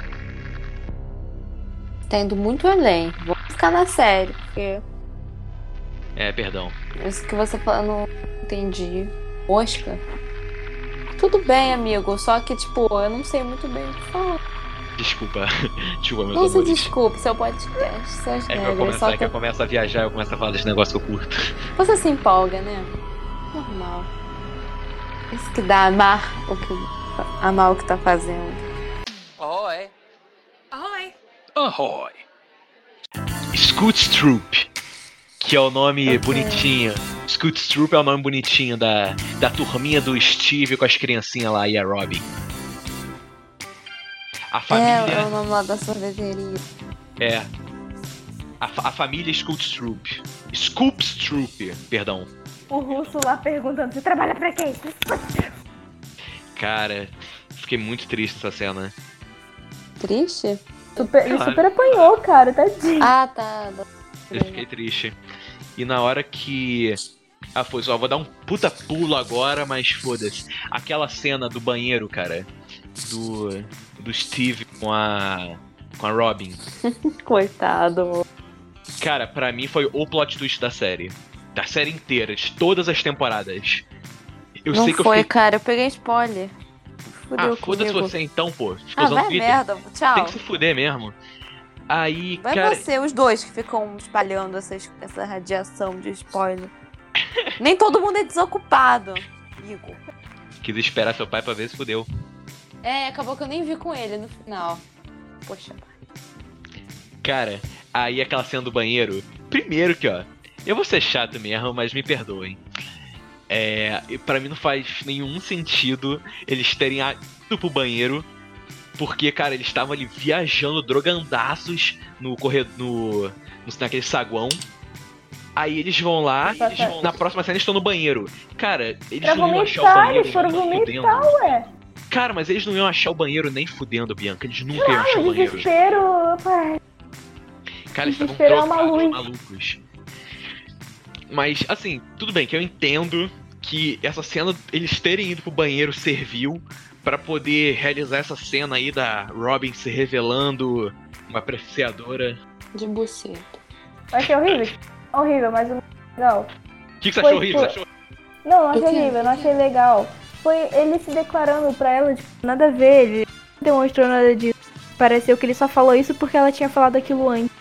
Tá indo muito além. Vou ficar na série, porque
É, perdão.
isso que você falou, eu não entendi. Mosca? Tudo bem, amigo. Só que, tipo, eu não sei muito bem o que falar.
Desculpa. Desculpa, meus
Não se
amores.
desculpe, seu podcast, suas
É que, eu
regras.
começo,
Só
é que
que
eu começo a viajar, eu começo a falar desse negócio que eu curto.
você se empolga, né? Normal. Isso que dá amar o que, amar o que tá fazendo.
Ahoy.
Ahoy! Scoots Troop, que é o nome bonitinho. Scoots Troop é o nome bonitinho da, da turminha do Steve com as criancinhas lá e a Robin. A
É,
família
é o nome lá da sorveteria.
é. A, fa- a família Scoots Troop. Scoops Troop, perdão.
O russo lá perguntando, você trabalha pra quem?
Cara, fiquei muito triste nessa cena.
Triste?
Super, ele
Claro.
super apanhou, cara, tadinho.
Ah, tá.
Eu fiquei triste. E na hora que. Ah, foi só, vou dar um puta pulo agora, mas foda-se. Aquela cena do banheiro, cara. Do. Do Steve com a. Com a Robin.
Coitado.
Cara, pra mim foi o plot twist da série. Da série inteira, de todas as temporadas. Eu
Não
sei que
foi,
eu fiquei.
cara. Eu peguei spoiler. Fudeu
Ah, foda-se
comigo.
você então, pô. Fica
Ah,
usando
vai
Twitter.
merda. Tchau.
Tem que se fuder mesmo. Aí,
Vai
cara.
você, os dois que ficam espalhando essas, essa radiação de spoiler. Nem todo mundo é desocupado, Igor.
Quis esperar seu pai pra ver se fudeu.
É, acabou que eu nem vi com ele no final. Poxa.
Cara, aí aquela cena do banheiro. Primeiro que, ó, eu vou ser chato mesmo, mas me perdoem. É, e pra mim não faz nenhum sentido eles terem ido pro banheiro. Porque, cara, eles estavam ali viajando, drogandaços no corredor, no, no, naquele saguão. Aí eles vão lá, eles vão- na próxima cena eles estão no banheiro. Cara, eles
Pra
não iam achar o
vomitar,
banheiro
eles foram
nem
vomitar,
fudendo.
ué.
Cara, mas eles não iam achar o banheiro nem fudendo, Bianca. Eles nunca iam achar
Ai,
o banheiro.
desespero, pai.
Cara, eles estavam
desespero é uma
drogados,
luz.
malucos. Mas, assim, tudo bem que eu entendo que essa cena, eles terem ido pro banheiro serviu pra poder realizar essa cena aí da Robin se revelando uma apreciadora.
De buceta.
Vai ser horrível. Horrível, mas não legal.
O que, que você
Foi,
achou horrível?
foi.
Você achou...
Não, não achei
Eu quero,
horrível, não
eu
achei legal. Foi ele se declarando pra ela, tipo, nada a ver, ele não demonstrou nada disso. Pareceu que ele só falou isso porque ela tinha falado aquilo antes.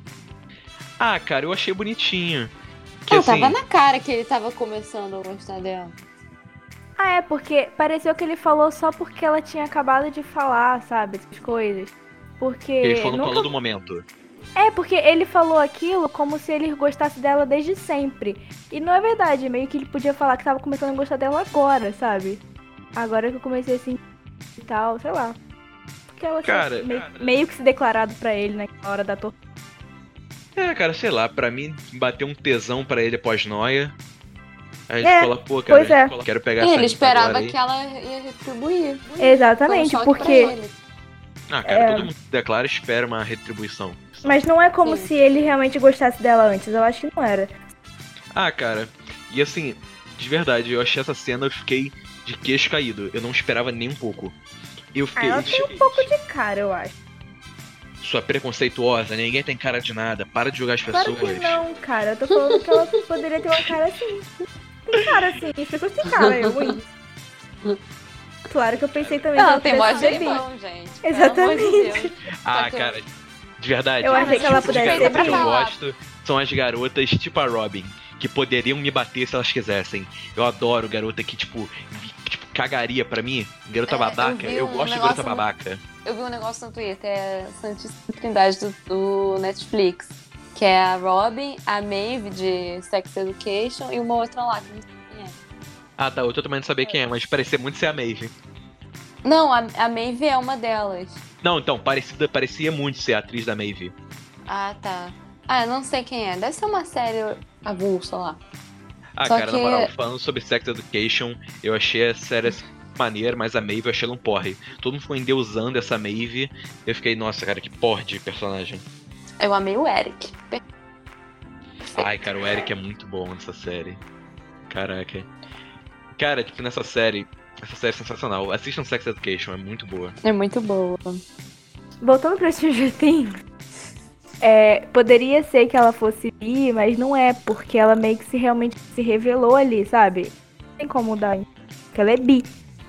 Ah, cara, eu achei bonitinho. Que,
Ah,
assim,
tava na cara que ele tava começando a gostar dela.
Ah, é, porque pareceu que ele falou só porque ela tinha acabado de falar, sabe, essas coisas. Porque...
ele falou no
nunca-
calor do momento.
É, porque ele falou aquilo como se ele gostasse dela desde sempre. E não é verdade, meio que ele podia falar que tava começando a gostar dela agora, sabe? Agora que eu comecei assim e tal, sei lá. Porque ela tinha
Cara,
meio,
cara.
meio que se declarado pra ele naquela hora da tortura.
É, cara, sei lá, pra mim, bateu um tesão pra ele após noia. Aí
É,
ele fala, pô, cara,
pois é.
quero pegar
E
essa
ele
mina
esperava
agora aí.
que ela ia retribuir.
Exatamente,
Foi um choque
porque...
pra ele.
Ah, cara,
É.
todo mundo declara e espera uma retribuição.
Mas não é como
Sim.
se ele realmente gostasse dela antes, eu acho que não era.
Ah, cara, e assim, de verdade, eu achei essa cena, eu fiquei de queixo caído. Eu não esperava nem um pouco. Eu
Ah,
fiquei.
ela tem um pouco de cara, eu acho.
Sua preconceituosa, ninguém tem cara de nada, para de julgar as
Claro
pessoas.
que não, cara. Eu tô falando que ela poderia ter uma cara assim. Tem cara assim, as pessoas têm cara, eu ruim. Claro que eu pensei também
Ela
que
tem
ela
mó
pudesse ser bi.
jeitão, gente.
Exatamente.
Pelo amor de Deus.
Ah,
Só que eu-
cara, de verdade.
Eu achei
o
que ela
tipo de
pudesse
garota
ser
que eu
bi.
gosto são as garotas tipo a Robin, que poderiam me bater se elas quisessem. Eu adoro garota que, tipo, que, tipo cagaria pra mim. Garota
É, eu
babaca.
vi
Eu,
um
gosto de
negócio
garota
no-
babaca.
Eu vi um negócio no Twitter, é a Santíssima Trindade do, do Netflix. Que é a Robin, a Maeve de Sex Education e uma outra lá. Que não sei quem é.
Ah, tá, eu tô também não saber quem é, mas parecia muito ser a Maeve.
Não, a, a Maeve é uma delas.
Não, então, parecida, parecia muito ser a atriz da Maeve.
Ah, tá. Ah, eu não sei quem é. Deve ser uma série avulsa lá.
Ah,
Só
cara,
que-
na moral, falando sobre Sex Education, eu achei a série assim, maneira, mas a Maeve eu achei ela um porre. Todo mundo ficou endeusando essa Maeve. Eu fiquei, nossa, cara, que porre de personagem.
Eu amei o Eric.
Ai, cara, o Eric é muito bom nessa série. Caraca. Cara, tipo, nessa série, essa série é sensacional. Assistam Sex Education, é muito boa.
É muito boa.
Voltando pra Stranger Things, é, poderia ser que ela fosse bi, mas não é, porque ela meio que se realmente se revelou ali, sabe? Não tem como mudar, porque ela é bi.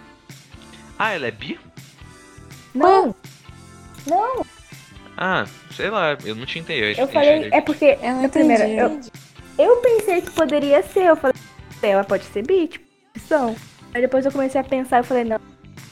Ah, ela é bi?
Não, não,
Ah, sei lá, eu não tinha entendido.
eu falei, é porque,
Eu não
a primeira,
entendi.
eu, eu pensei que poderia ser, eu falei, ela pode ser bi, tipo, opção. Aí depois eu comecei a pensar e falei, não,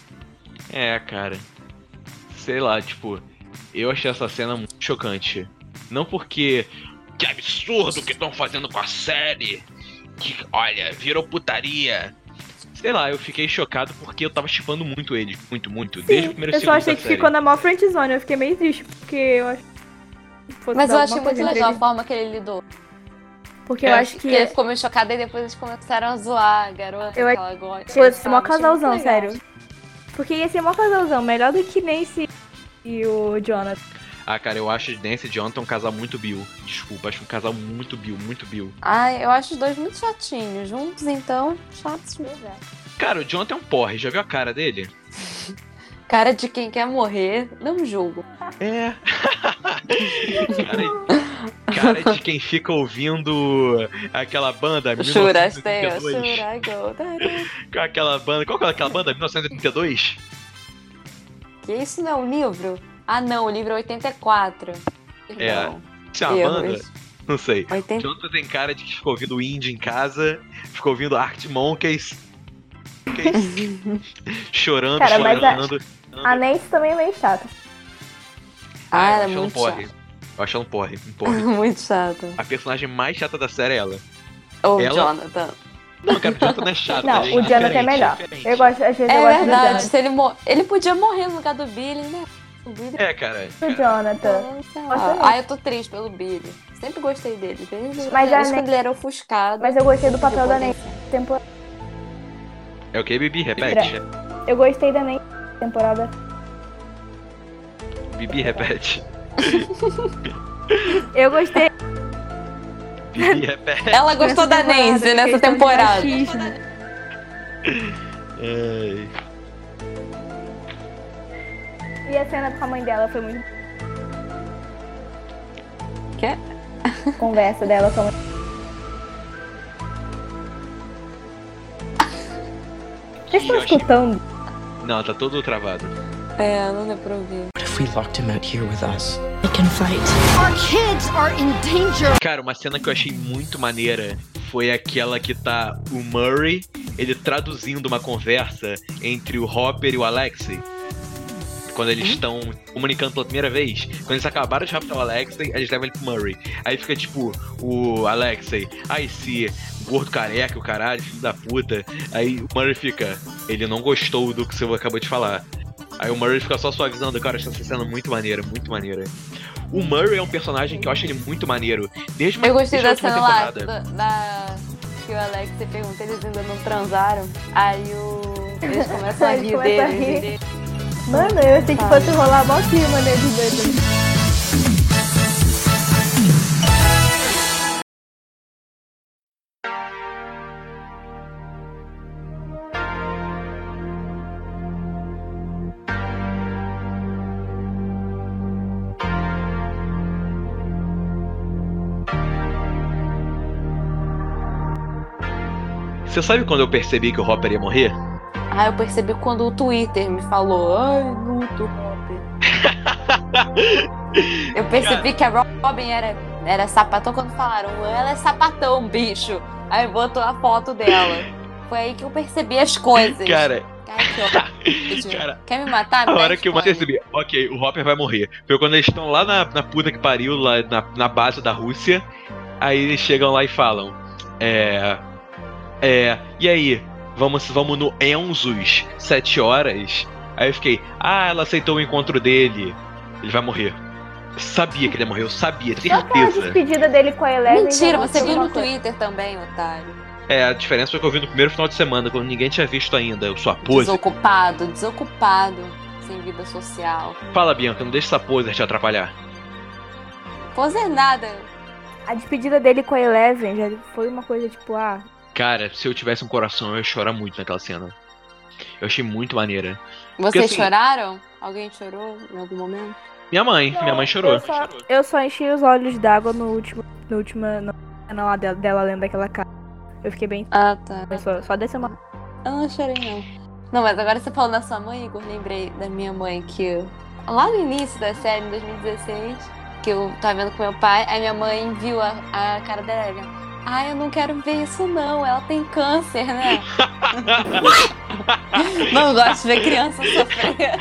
É, cara. Sei lá, tipo, eu achei essa cena muito chocante. Não porque. Que absurdo que estão fazendo com a série! Que, olha, virou putaria! Sei lá, eu fiquei chocado porque eu tava chipando muito ele. Muito, muito. Desde o primeiro
eu só
segundo
achei
da
que
série.
ficou na maior friendzone, eu fiquei meio triste, porque eu acho que fosse
Mas
dar
eu
alguma
achei muito
coisa entre
legal a
eles.
forma que ele lidou.
Porque eu
É,
acho que
Ele ficou meio chocado e depois eles começaram a zoar a garota
Eu
que ela gosta.
Pô, esse é mó
sabe? Achei
casalzão,
muito legal.
sério. Porque ia ser mó casalzão, melhor do que Nancy e o Jonathan.
Ah, cara, eu acho Nancy e Jonathan um casal muito Bill. Desculpa, acho um casal muito Bill, muito Bill.
Ai, eu acho os dois muito chatinhos. Juntos, então, chatos mesmo.
Cara, o Jonathan é um porre, já viu a cara dele?
Cara de quem quer morrer, não julgo.
É. cara, cara de quem fica ouvindo aquela banda
Should I stay or
mil novecentos e oitenta e
should I go?
Com aquela banda. Qual que é aquela banda? mil novecentos e oitenta e dois?
Que isso não é um livro? Ah, não, o livro é oitenta e quatro. Perdão.
Isso é uma
Erros.
banda? Não sei.
oitenta...
Jonathan tem cara de que ficou ouvindo indie em casa, ficou ouvindo Arctic Monkeys. Monkeys, chorando,
Cara, mas a-
chorando.
A Nancy também é meio chata.
Ah,
eu
ela é
acho ela um
muito
porre.
chata.
Eu acho ela um porre, um porre.
Muito chata.
A personagem mais chata da série é ela.
Ou
Ela-
Jonathan.
Não, cara, o Jonathan não é chato.
Não,
gente,
o Jonathan é
diferente,
melhor.
diferente.
Eu gosto, às vezes eu
É
gosto do
verdade,
Jonathan.
se ele, mo... ele podia morrer no lugar do Billy, né? O Billy
É, cara.
O Jonathan.
sei
Gosto
lá.
muito.
Ah, eu tô triste pelo Billy. Sempre gostei dele. Desde,
Mas a
desde
Nan-
quando ele era ofuscado.
Mas eu gostei do papel da
Depois
Nancy temporada.
É o que, Bibi? Repete.
Eu gostei da Nancy temporada.
Bibi, repete.
Eu gostei
Bibi, repete.
Ela gostou da Nancy nessa
questão de
temporada.
machismo.
Ai.
E a cena com a mãe dela foi muito.
Quê?
Conversa dela com a mãe. Vocês estão
Eu achei-
escutando?
Não, tá todo travado.
É, não deu pra ouvir.
What if we locked him out here with us?
They can fight.
Our kids are in danger.
Cara, uma cena que eu achei muito maneira foi aquela que tá o Murray, ele traduzindo uma conversa entre o Hopper e o Alexei. Quando eles estão comunicando pela primeira vez. Quando eles acabaram de raptar o Alexei, eles levam ele pro Murray. Aí fica tipo, o Alexei, ai, esse gordo careca, o caralho, filho da puta. Aí o Murray fica, ele não gostou do que você acabou de falar. Aí o Murray fica só suavizando, cara, essa cena muito maneira, muito maneira. O Murray é um personagem que eu acho ele muito maneiro. Desde uma,
Eu gostei
desde a
da
última
cena lá,
temporada.
da, da- que o Alex pergunta, eles ainda não transaram. Aí o... eles começam a
Eles
rir
começam a
deles.
rir. Mano, eu achei que fosse rolar mó clima neles dois ali.
Você sabe quando eu percebi que o Hopper ia morrer?
Ah, eu percebi quando o Twitter me falou, ai, luto, Hopper. Eu percebi que a Robin era, era sapatão quando falaram, ela é sapatão, bicho. Aí botou a foto dela. Foi aí que eu percebi as coisas.
Cara,
Ai, que ódio.
Cara,
Quer me matar? Me
a
dá
hora que eu
spoiler.
percebi, ok, o Hopper vai morrer. Foi quando eles estão lá na, na puta que pariu, lá na, na base da Rússia. Aí eles chegam lá e falam, é... É... E aí? Vamos, vamos no Enzus, sete horas? Aí eu fiquei, ah, ela aceitou o encontro dele. Ele vai morrer. Eu sabia que ele ia morrer, eu sabia,
Só aquela
certeza.
despedida dele com a Eleven.
Mentira,
já
você
mostrou
viu no
uma coisa.
Twitter também, otário.
É, a diferença foi que eu vi no primeiro final de semana, quando ninguém tinha visto ainda, sua pose.
Desocupado, desocupado, sem vida social.
Fala, Bianca, não deixa essa pose te atrapalhar.
Pose é nada.
A despedida dele com a Eleven já foi uma coisa tipo, ah,
Cara, se eu tivesse um coração, eu ia chorar muito naquela cena. Eu achei muito maneira.
Vocês
assim-
choraram? Alguém chorou em algum momento?
Minha mãe, minha mãe chorou.
eu só, eu só enchi os olhos d'água no último, no último, na cena lá dela, dela lendo daquela cara. Eu fiquei bem,
Ah, tá.
só, só dessa uma.
Eu não chorei, não. Não, mas agora você falou da sua mãe, Igor, lembrei da minha mãe que lá no início da série, em dois mil e dezesseis, que eu tava vendo com meu pai, aí minha mãe viu a, a cara dela e ela, ah, eu não quero ver isso não, ela tem câncer, né? Não gosto de ver criança sofrer.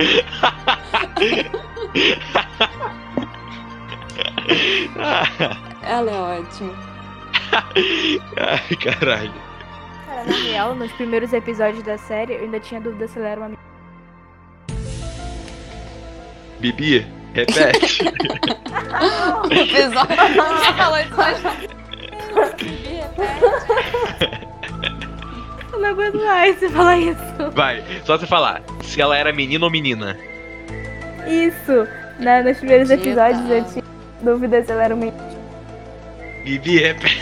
Ela é ótima.
Ai, caralho.
Cara, na real, nos primeiros episódios da série, eu ainda tinha dúvida se ela era uma menina.
Bibi, repete.
O episódio você falou isso mais.
Eu não aguento mais você falar isso.
Vai, só você falar se ela era menina ou menina.
Isso. Na, nos primeiros
Dita.
episódios eu tinha dúvida se ela era uma menina.
Bibi, repete.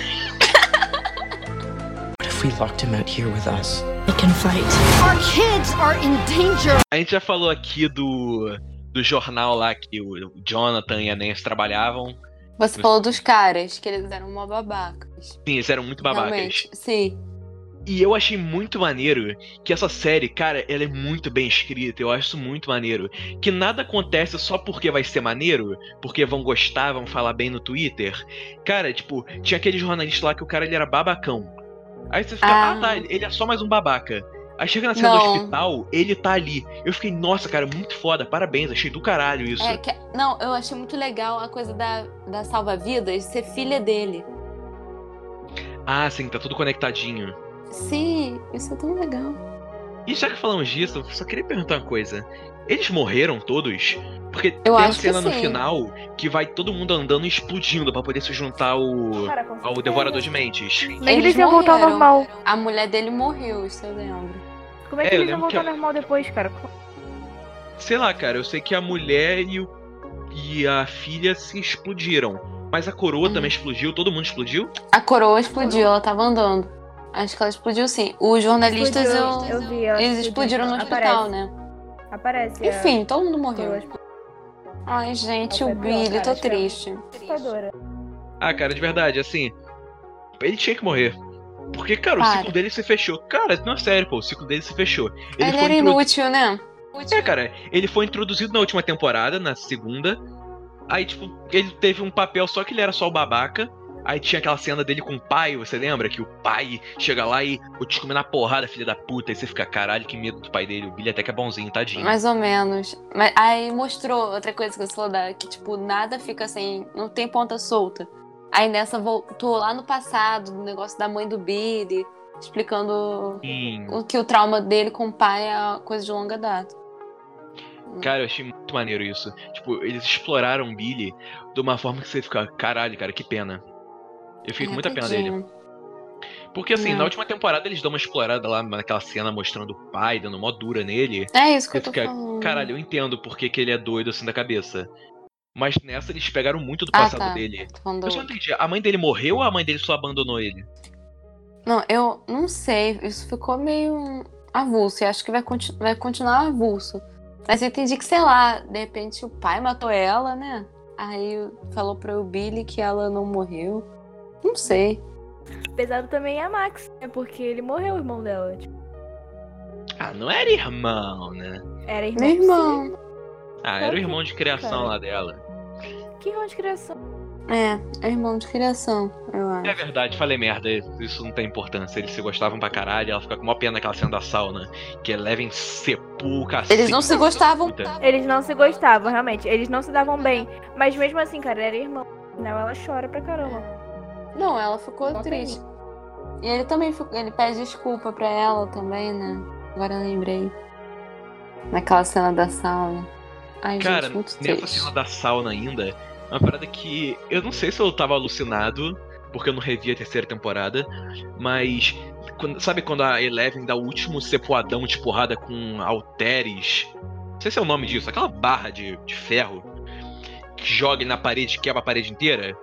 What if we locked him out here with us?
They can fight.
Our kids are in danger.
A gente já falou aqui do, do jornal lá que o Jonathan e a Nancy trabalhavam.
Você falou dos caras, que eles eram mó babacas.
Sim, eles eram muito babacas.
Realmente, sim.
E eu achei muito maneiro que essa série, cara, ela é muito bem escrita. Eu acho isso muito maneiro. Que nada acontece só porque vai ser maneiro, porque vão gostar, vão falar bem no Twitter. Cara, tipo, tinha aquele jornalista lá que o cara ele era babacão. Aí você fica, ah,
Ah.
tá, ele é só mais um babaca. Aí chega na cena do
Não.
hospital, ele tá ali. Eu fiquei, nossa, cara, muito foda, parabéns, achei do caralho isso.
É, que- não, eu achei muito legal a coisa da, da salva-vidas ser filha dele.
Ah, sim, tá tudo conectadinho.
Sim, isso é tão legal.
E já que falamos disso, eu só queria perguntar uma coisa. Eles morreram todos? Porque
Eu
tem uma
acho que
cena no
sim.
final que vai todo mundo andando e explodindo pra poder se juntar ao,
Cara, com
ao
certeza.
Devorador de Mentes.
Como é que eles iam voltar ao
morreram.
normal?
A mulher dele morreu, isso eu lembro.
Como é
É,
que
eu
eles iam
lembro que
voltar
a-
ao normal depois, cara?
Sei lá, cara, eu sei que a mulher e, o, e a filha se explodiram. Mas a coroa
Uhum.
também explodiu, todo mundo explodiu?
A coroa explodiu, ela tava andando. Acho que ela explodiu sim. Os jornalistas,
Explodiu,
eu...
eu vi, ela
eles
explodiu.
explodiram no hospital,
Aparece.
né?
Aparece. a
Enfim, todo mundo
coroa
morreu.
explodiu.
Ai, gente,
Ela
o
foi pior,
Billy,
cara,
tô
acho que é
triste.
Assustadora.
Ah, cara, de verdade, assim. Ele tinha que morrer. Porque, cara, o
Para.
ciclo dele se fechou. Cara, não é sério, pô, o ciclo dele se fechou.
Ele,
foi
era
introdu-
inútil, né?
É, cara, ele foi introduzido na última temporada, na segunda. Aí, tipo, ele teve um papel só que ele era só o babaca. Aí tinha aquela cena dele com o pai, você lembra? Que o pai chega lá e vou te comer na porrada, filha da puta. Aí você fica, caralho, que medo do pai dele. O Billy até que é bonzinho, tadinho.
Mais ou menos. Mas aí mostrou outra coisa que você falou, da, que tipo, nada fica sem. Não tem ponta solta. Aí nessa voltou lá no passado, no negócio da mãe do Billy, explicando
Sim.
o que o trauma dele com o pai é coisa de longa data.
Cara, eu achei muito maneiro isso. Tipo, eles exploraram o Billy de uma forma que você fica, caralho, cara, que pena. Eu fiquei com
É,
muita pena dele.
tadinho.
Porque assim,
Não.
na última temporada eles dão uma explorada lá naquela cena mostrando o pai, dando mó dura nele.
É isso que
Você
eu tô
fica,
falando.
caralho, eu entendo porque que ele é doido assim da cabeça. Mas nessa eles pegaram muito do
Ah,
passado
tá.
dele.
Tô falando
Eu só
do-
não entendi, a mãe dele morreu ou a mãe dele só abandonou ele?
Não, eu não sei. Isso ficou meio avulso. E acho que vai, continu- vai continuar avulso. Mas eu entendi que, sei lá, de repente o pai matou ela, né? Aí falou pro Billy que ela não morreu. Não sei.
Pesado também é a Max, né? Porque ele morreu, o irmão dela. Tipo,
Ah, não era irmão, né?
era irmão.
Meu irmão.
Ah, era o irmão de criação
Cara.
lá dela.
Sim. Que irmão de criação?
É, é irmão de criação, eu acho.
É verdade, falei merda, isso não tem importância. Eles se gostavam pra caralho, ela fica com mó pena naquela cena da sauna. Que é Eleven sepul, cacete.
Eles não se gostavam.
Puta.
Eles não se gostavam, realmente. Eles não se davam bem. Mas mesmo assim, cara, era irmão. Não, ela chora pra caramba.
Não, ela ficou
Só
triste. E ele também ficou, ele pede desculpa pra ela também, né? Agora eu lembrei. Naquela cena da sauna. Ai,
Cara,
gente, muito
nessa
triste.
cena da sauna ainda, é uma parada que eu não sei se eu tava alucinado, porque eu não revi a terceira temporada, mas quando- sabe quando a Eleven dá o último cepuadão de porrada com halteres? Não sei se é o nome disso, aquela barra de, de ferro que joga ele na parede e quebra a parede inteira?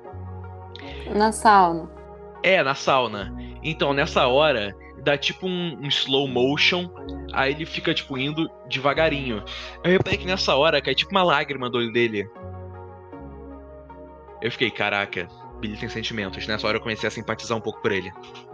Na sauna.
É, na sauna. Então, nessa hora, dá tipo um, um slow motion, aí ele fica, tipo, indo devagarinho. Eu reparei que nessa hora cai tipo uma lágrima do olho dele. Eu fiquei, caraca, Billy tem sentimentos. Nessa hora eu comecei a simpatizar um pouco por ele.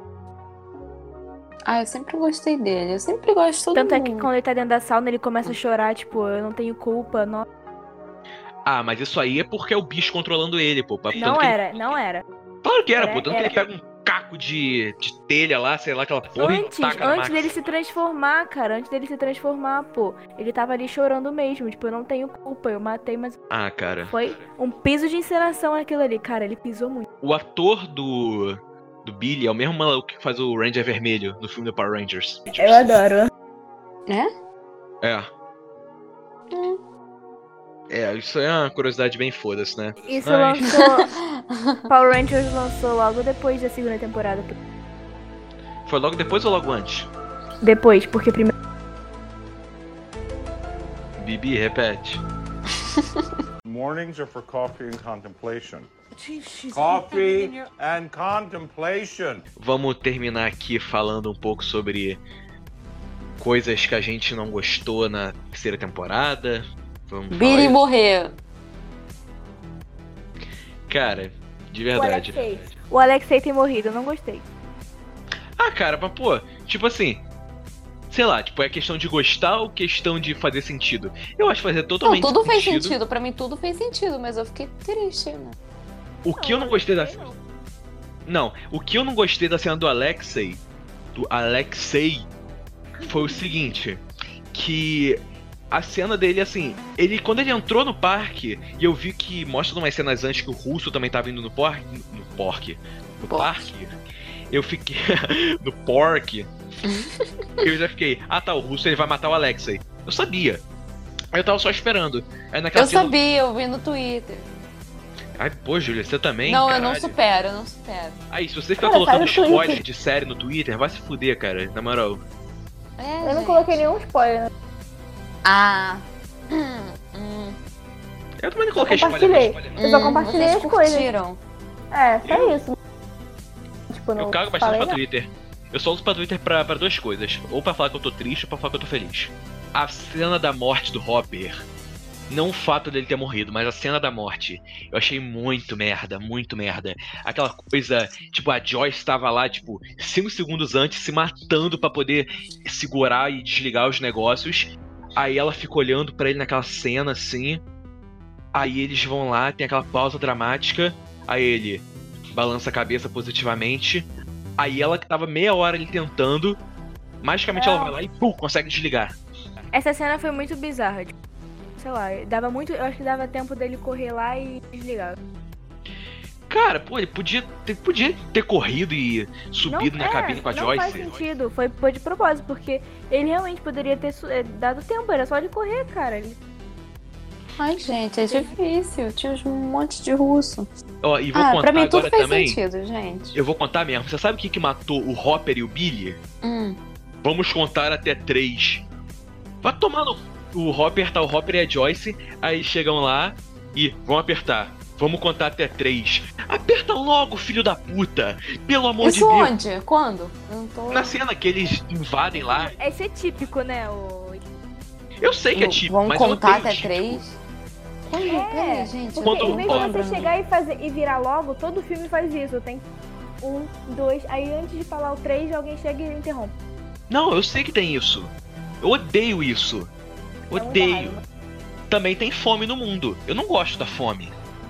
Ah, eu sempre gostei dele. Eu sempre gosto de todo
Tanto é
mundo.
que quando ele tá dentro da sauna, ele começa a chorar, tipo, eu não tenho culpa. Não,
Ah, mas isso aí é porque é o bicho controlando ele, pô. Tanto
não
que ele-
era, não era.
Claro que era,
Era-
pô. Tanto
era-
que ele pega um caco de, de telha lá, sei lá, aquela porra
Antes,
e taca na
antes
Max.
dele se transformar, cara, antes dele se transformar, pô, ele tava ali chorando mesmo, tipo, eu não tenho culpa, eu matei, mas
Ah, cara.
foi um piso de encenação aquilo ali, cara, ele pisou muito.
O ator do, do Billy é o mesmo maluco que faz o Ranger Vermelho no filme do Power Rangers.
adoro.
É. É, isso é uma curiosidade bem foda-se, né?
Isso
Mas-
lançou, Power Rangers lançou logo depois da segunda temporada.
Foi logo depois ou logo antes?
Depois, porque primeiro...
Bibi, repete.
Mornings are for coffee and contemplation. Coffee and contemplation.
Vamos terminar aqui falando um pouco sobre coisas que a gente não gostou na terceira temporada. Vamos falar
Billy
isso.
morrer.
Cara, de
O
verdade.
Alexei. O Alexei tem morrido, eu não gostei.
Ah, cara, mas pô, tipo assim, sei lá, tipo, é questão de gostar ou questão de fazer sentido? Eu acho que fazer
Não,
totalmente
tudo fez
sentido.
sentido. Pra mim tudo fez sentido, mas eu fiquei triste, né?
O que eu não gostei da. Não, o que eu não gostei da cena do Alexei, do Alexei, foi o seguinte, que a cena dele, assim, ele quando ele entrou no parque, e eu vi que mostra umas cenas antes que o Russo também tava indo no porque, no porque, no
Porque.
parque, eu fiquei no porque, eu já fiquei, ah tá, o Russo ele vai matar o Alexei. Eu sabia. Aí eu tava só esperando. Aí naquela
Eu
cena...
sabia, eu vi no Twitter.
Ai, pô, Júlia, você também?
Não,
Caralho.
eu não supero, eu não supero.
Aí, se você ficar
Cara,
colocando
sai do Twitter.
spoiler de série no Twitter, vai se fuder, cara. Na moral.
É,
Eu não
gente.
coloquei nenhum spoiler. né?
Ah. Hum, hum.
Eu também não coloquei
compartilhei.
spoiler.
Eu só
Hum,
compartilhei
vocês
as coisas.
curtiram.
É, só isso. Tipo, não
Eu cago bastante
falei
pra
nada.
Twitter. Eu só uso pra Twitter pra, pra duas coisas. Ou pra falar que eu tô triste, ou pra falar que eu tô feliz. A cena da morte do Hopper. Não o fato dele ter morrido, mas a cena da morte. Eu achei muito merda, muito merda. Aquela coisa, tipo, a Joyce estava lá, tipo, cinco segundos antes, se matando pra poder segurar e desligar os negócios. Aí ela fica olhando pra ele naquela cena, assim. Aí eles vão lá, tem aquela pausa dramática. Aí ele balança a cabeça positivamente. Aí ela que tava meia hora ali tentando, magicamente ela vai lá e pum, consegue desligar.
Essa cena foi muito bizarra. Tipo, sei lá, dava muito. Eu acho que dava tempo dele correr lá e desligar.
Cara, pô, ele podia ter, podia ter corrido e subido na
é,
cabine com a
não
Joyce.
faz sentido. Foi, foi de propósito, porque ele realmente poderia ter su- eh, dado tempo. Era só de correr, cara. Ele...
Ai, gente, é difícil. Tinha um monte de russo.
Ó, e vou
Ah,
contar
pra mim
agora
tudo fez
também.
sentido, gente.
Eu vou contar mesmo. Você sabe o que, que matou o Hopper e o Billy?
Hum.
Vamos contar até três. Vai tomar no... O Hopper tá o Hopper e a Joyce. Aí chegam lá e vão apertar. Vamos contar até três. Aperta logo, filho da puta! Pelo amor
Isso
de Deus!
onde? Quando? Eu não tô...
Na cena que eles invadem lá.
Esse é típico, né? O...
Eu sei que é
Não,
tipo,
Vamos
mas eu
contar
odeio
até
típico.
três? Quando?
É,
Peraí, gente.
Porque
Quando-
em vez
ó.
de você chegar e, fazer, e virar logo, todo filme faz isso. Tem um, dois, aí antes de falar o três, alguém chega e interrompe.
Não, eu sei que tem isso. Eu odeio isso.
Dá muita
Odeio.
raiva.
Também tem fome no mundo. Eu não gosto da fome.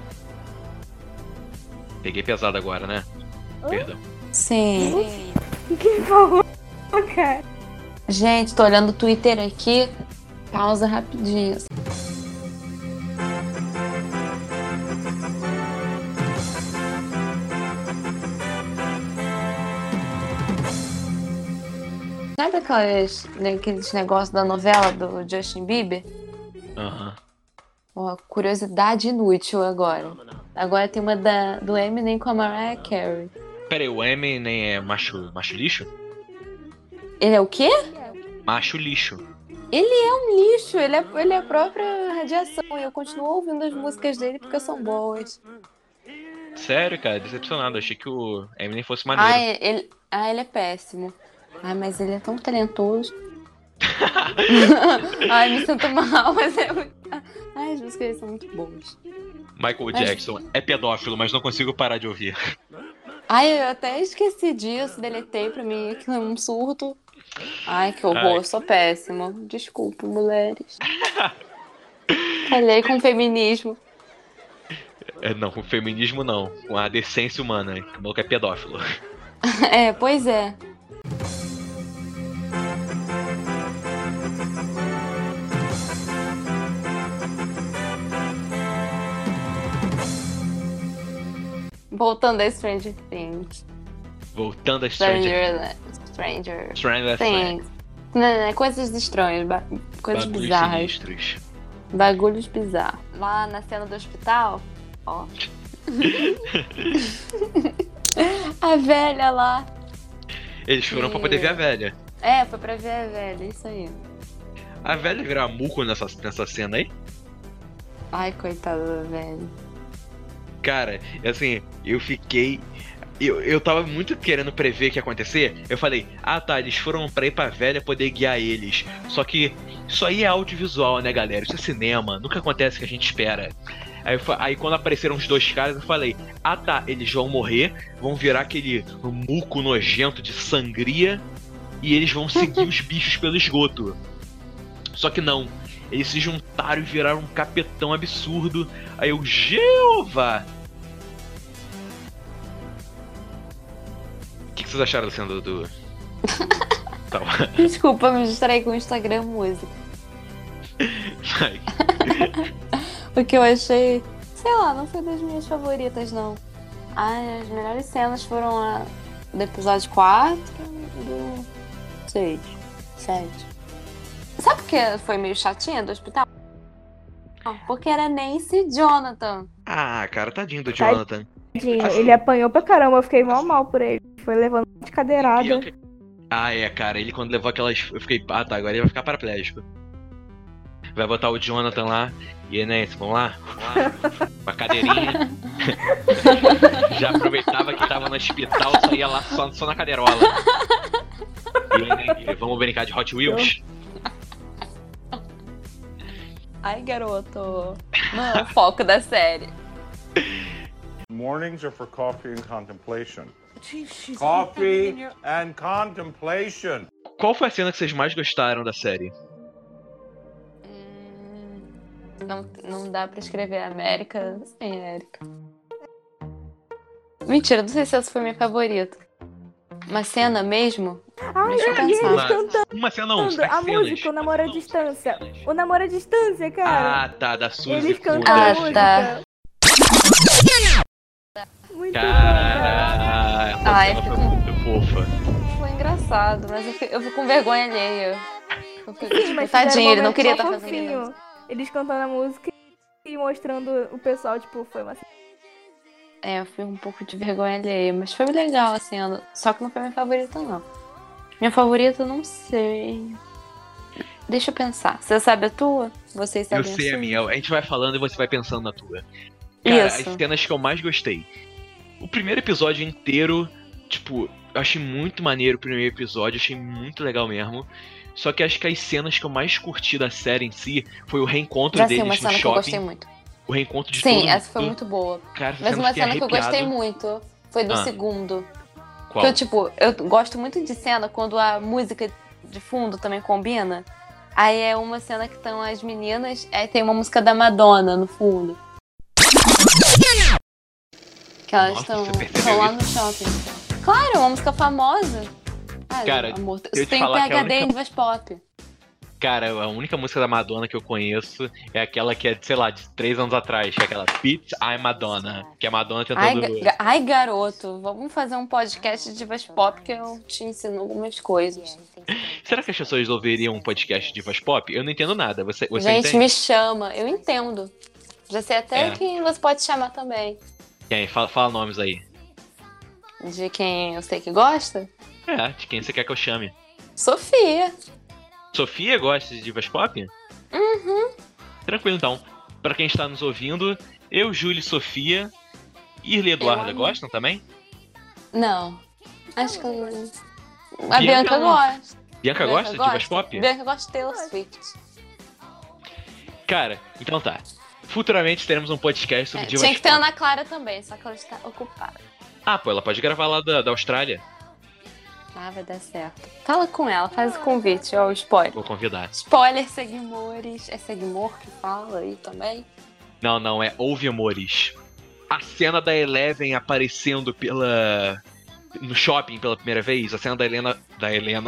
Peguei pesado agora, né?
Hã?
Perdão.
Sim.
O que ele falou, cara?
Gente, tô olhando o Twitter aqui. Pausa rapidinho. Sabe aqueles, aqueles negócios da novela do Justin Bieber?
Aham.
Ó, curiosidade inútil agora. Agora tem uma da, do Eminem com a Mariah Carey.
Pera aí, o Eminem é macho, macho lixo?
Ele é o quê?
Macho lixo.
Ele é um lixo, ele é, ele é a própria radiação. E eu continuo ouvindo as músicas dele porque são boas.
Sério, cara, decepcionado. Achei que o Eminem fosse maneiro.
Ai, ele, ah, ele é péssimo. Ai, mas ele é tão talentoso. Ai, me sinto mal, mas é muito... Ai, as músicas dele são muito boas.
Michael
Mas-
Jackson é pedófilo, mas não consigo parar de ouvir.
Ai, eu até esqueci disso, deletei pra mim, aquilo é um surto. Ai, que horror,
Ai.
eu sou péssima. Desculpa, mulheres. Falhei com o feminismo.
É, não, com feminismo não. Com a decência humana. O maluco é pedófilo.
É, pois é. Voltando a Stranger Things.
Voltando a Stranger,
Stranger, Stranger
Stranger Things.
Things. Não, não, coisas estranhas, ba- coisas
Bagulhos
bizarras.
sinistros.
Bagulhos bizarros. Lá na cena do hospital, ó. A velha lá.
Eles foram pra poder ver a velha.
É, foi pra ver a velha, isso aí.
A velha vira muco nessa, nessa cena aí.
Ai, coitada da velha.
Cara, assim, eu fiquei. Eu, eu tava muito querendo prever o que ia acontecer. Eu falei, ah tá, eles foram pra ir pra velha poder guiar eles. Só que isso aí é audiovisual, né, galera? Isso é cinema, nunca acontece o que a gente espera. Aí, eu fa- aí quando apareceram os dois caras, eu falei, ah tá, eles vão morrer, vão virar aquele muco nojento de sangria e eles vão seguir os bichos pelo esgoto. Só que não, eles se juntaram e viraram um capetão absurdo. Aí eu, Jeová! O que, que vocês acharam da cena do... do... Tá,
Desculpa, me distraí com o Instagram Música.
vai.
O que eu achei, sei lá, não foi das minhas favoritas, não. Ai, as melhores cenas foram a do episódio quatro e do seis, sete. Sabe por que foi meio chatinha do hospital? Porque era Nancy e Jonathan.
Ah, cara, tadinho do Jonathan.
Tadinho,
Assim-
ele apanhou pra caramba, eu fiquei mal mal por ele. Foi levando de cadeirada.
Bianca- Ah, é, cara, ele quando levou aquelas. Eu fiquei. Ah, tá, agora ele vai ficar paraplégico. Vai botar o Jonathan lá. E aí, Nancy, vamos lá? Vamos lá. Com a cadeirinha. Já aproveitava que tava no hospital, saía lá só, só na cadeirola. E aí, Nancy, vamos brincar de Hot Wheels?
Ai, garoto. Não é o foco da série.
Mornings are for coffee and contemplation. Coffee and contemplation.
Qual foi a cena que vocês mais gostaram da série?
Hum, não, não dá pra escrever América sem Erika. Mentira, não sei se essa foi minha favorita. Uma cena mesmo?
Ai,
Deixa eu
e
pensar.
eles cantando
Uma cena não,
a
cenas.
música, o namoro à distância. O namoro à distância, cara.
Ah, tá, da Suzy
Eles
com o
cantam a
Ah,
Dash.
música.
tá.
Muito bom, cara.
Cara, essa
Ai,
cena
eu
foi
fico-
muito fofa.
Foi engraçado, mas eu fico, eu fico com vergonha alheia. Eu fico,
Sim,
tipo,
mas
tadinho,
fizeram um
ele não
momento
queria
mó
estar fazendo isso.
fofinho. Eles cantando a música e mostrando o pessoal, tipo, foi uma...
É, eu fui um pouco de vergonha alheia, mas foi legal a cena. Só que não foi minha favorita, não. Minha favorita, eu não sei. Deixa eu pensar. Você sabe a tua? Vocês
Eu
sabem
sei a
sua?
minha. A gente vai falando e você vai pensando na tua. Cara,
Isso.
as cenas que eu mais gostei. O primeiro episódio inteiro, tipo, eu achei muito maneiro o primeiro episódio, achei muito legal mesmo. Só que acho que as cenas que eu mais curti da série em si foi o reencontro
Já sei
deles
uma
no
cena que eu gostei
shopping.
muito.
O reencontro de todo
Sim,
mundo.
essa foi muito boa.
Cara, essa
Mas
cena eu
uma
fiquei
cena que eu gostei
arrepiado.
muito foi do
Ah.
segundo.
Qual?
Que eu, tipo, eu gosto muito de cena quando a música de fundo também combina. Aí é uma cena que estão as meninas, aí tem uma música da Madonna no fundo. Que elas
Nossa,
estão
você percebeu
estão lá
isso?
no shopping. Claro, é uma música famosa. Ai,
Cara,
amor,
eu
você
te
tem
falar que a
P H D em
única-
divas pop.
Cara, a única música da Madonna que eu conheço é aquela que é, sei lá, de três anos atrás, que é aquela Bitch, I'm Madonna. Que é a Madonna
Ai,
tentando.
ga- ai, garoto, vamos fazer um podcast de divas pop que eu te ensino algumas coisas.
Será que as pessoas ouviriam um podcast de divas pop? Eu não entendo nada. Você, você
Gente,
entende?
me chama, eu entendo. Já sei até
É.
quem você pode chamar também.
Quem? Fala, fala nomes aí.
De quem eu sei que gosta?
É, de quem você quer que eu chame.
Sofia.
Sofia gosta de divas pop?
Uhum.
Tranquilo então. Pra quem está nos ouvindo, eu, Júlia e Sofia. Irla e Eduarda
amo.
gostam também?
Não. Acho que eu não. A
Bianca
Bianca
não.
gosta.
Bianca gosta de divas pop?
Bianca gosta de Taylor Swift.
Cara, então tá. Futuramente teremos um podcast sobre
É,
divas
tinha que ter
pop.
Ana Clara também, só que ela está ocupada.
Ah, pô, ela pode gravar lá da, da Austrália.
Ah, vai dar certo. Fala com ela, faz o convite, ó, o spoiler.
Vou convidar.
Spoiler, Seguimores. É Seguimor que fala aí também?
Não, não, é Ouve Amores. A cena da Eleven aparecendo pela. No shopping pela primeira vez, a cena da Helena. Da Helena.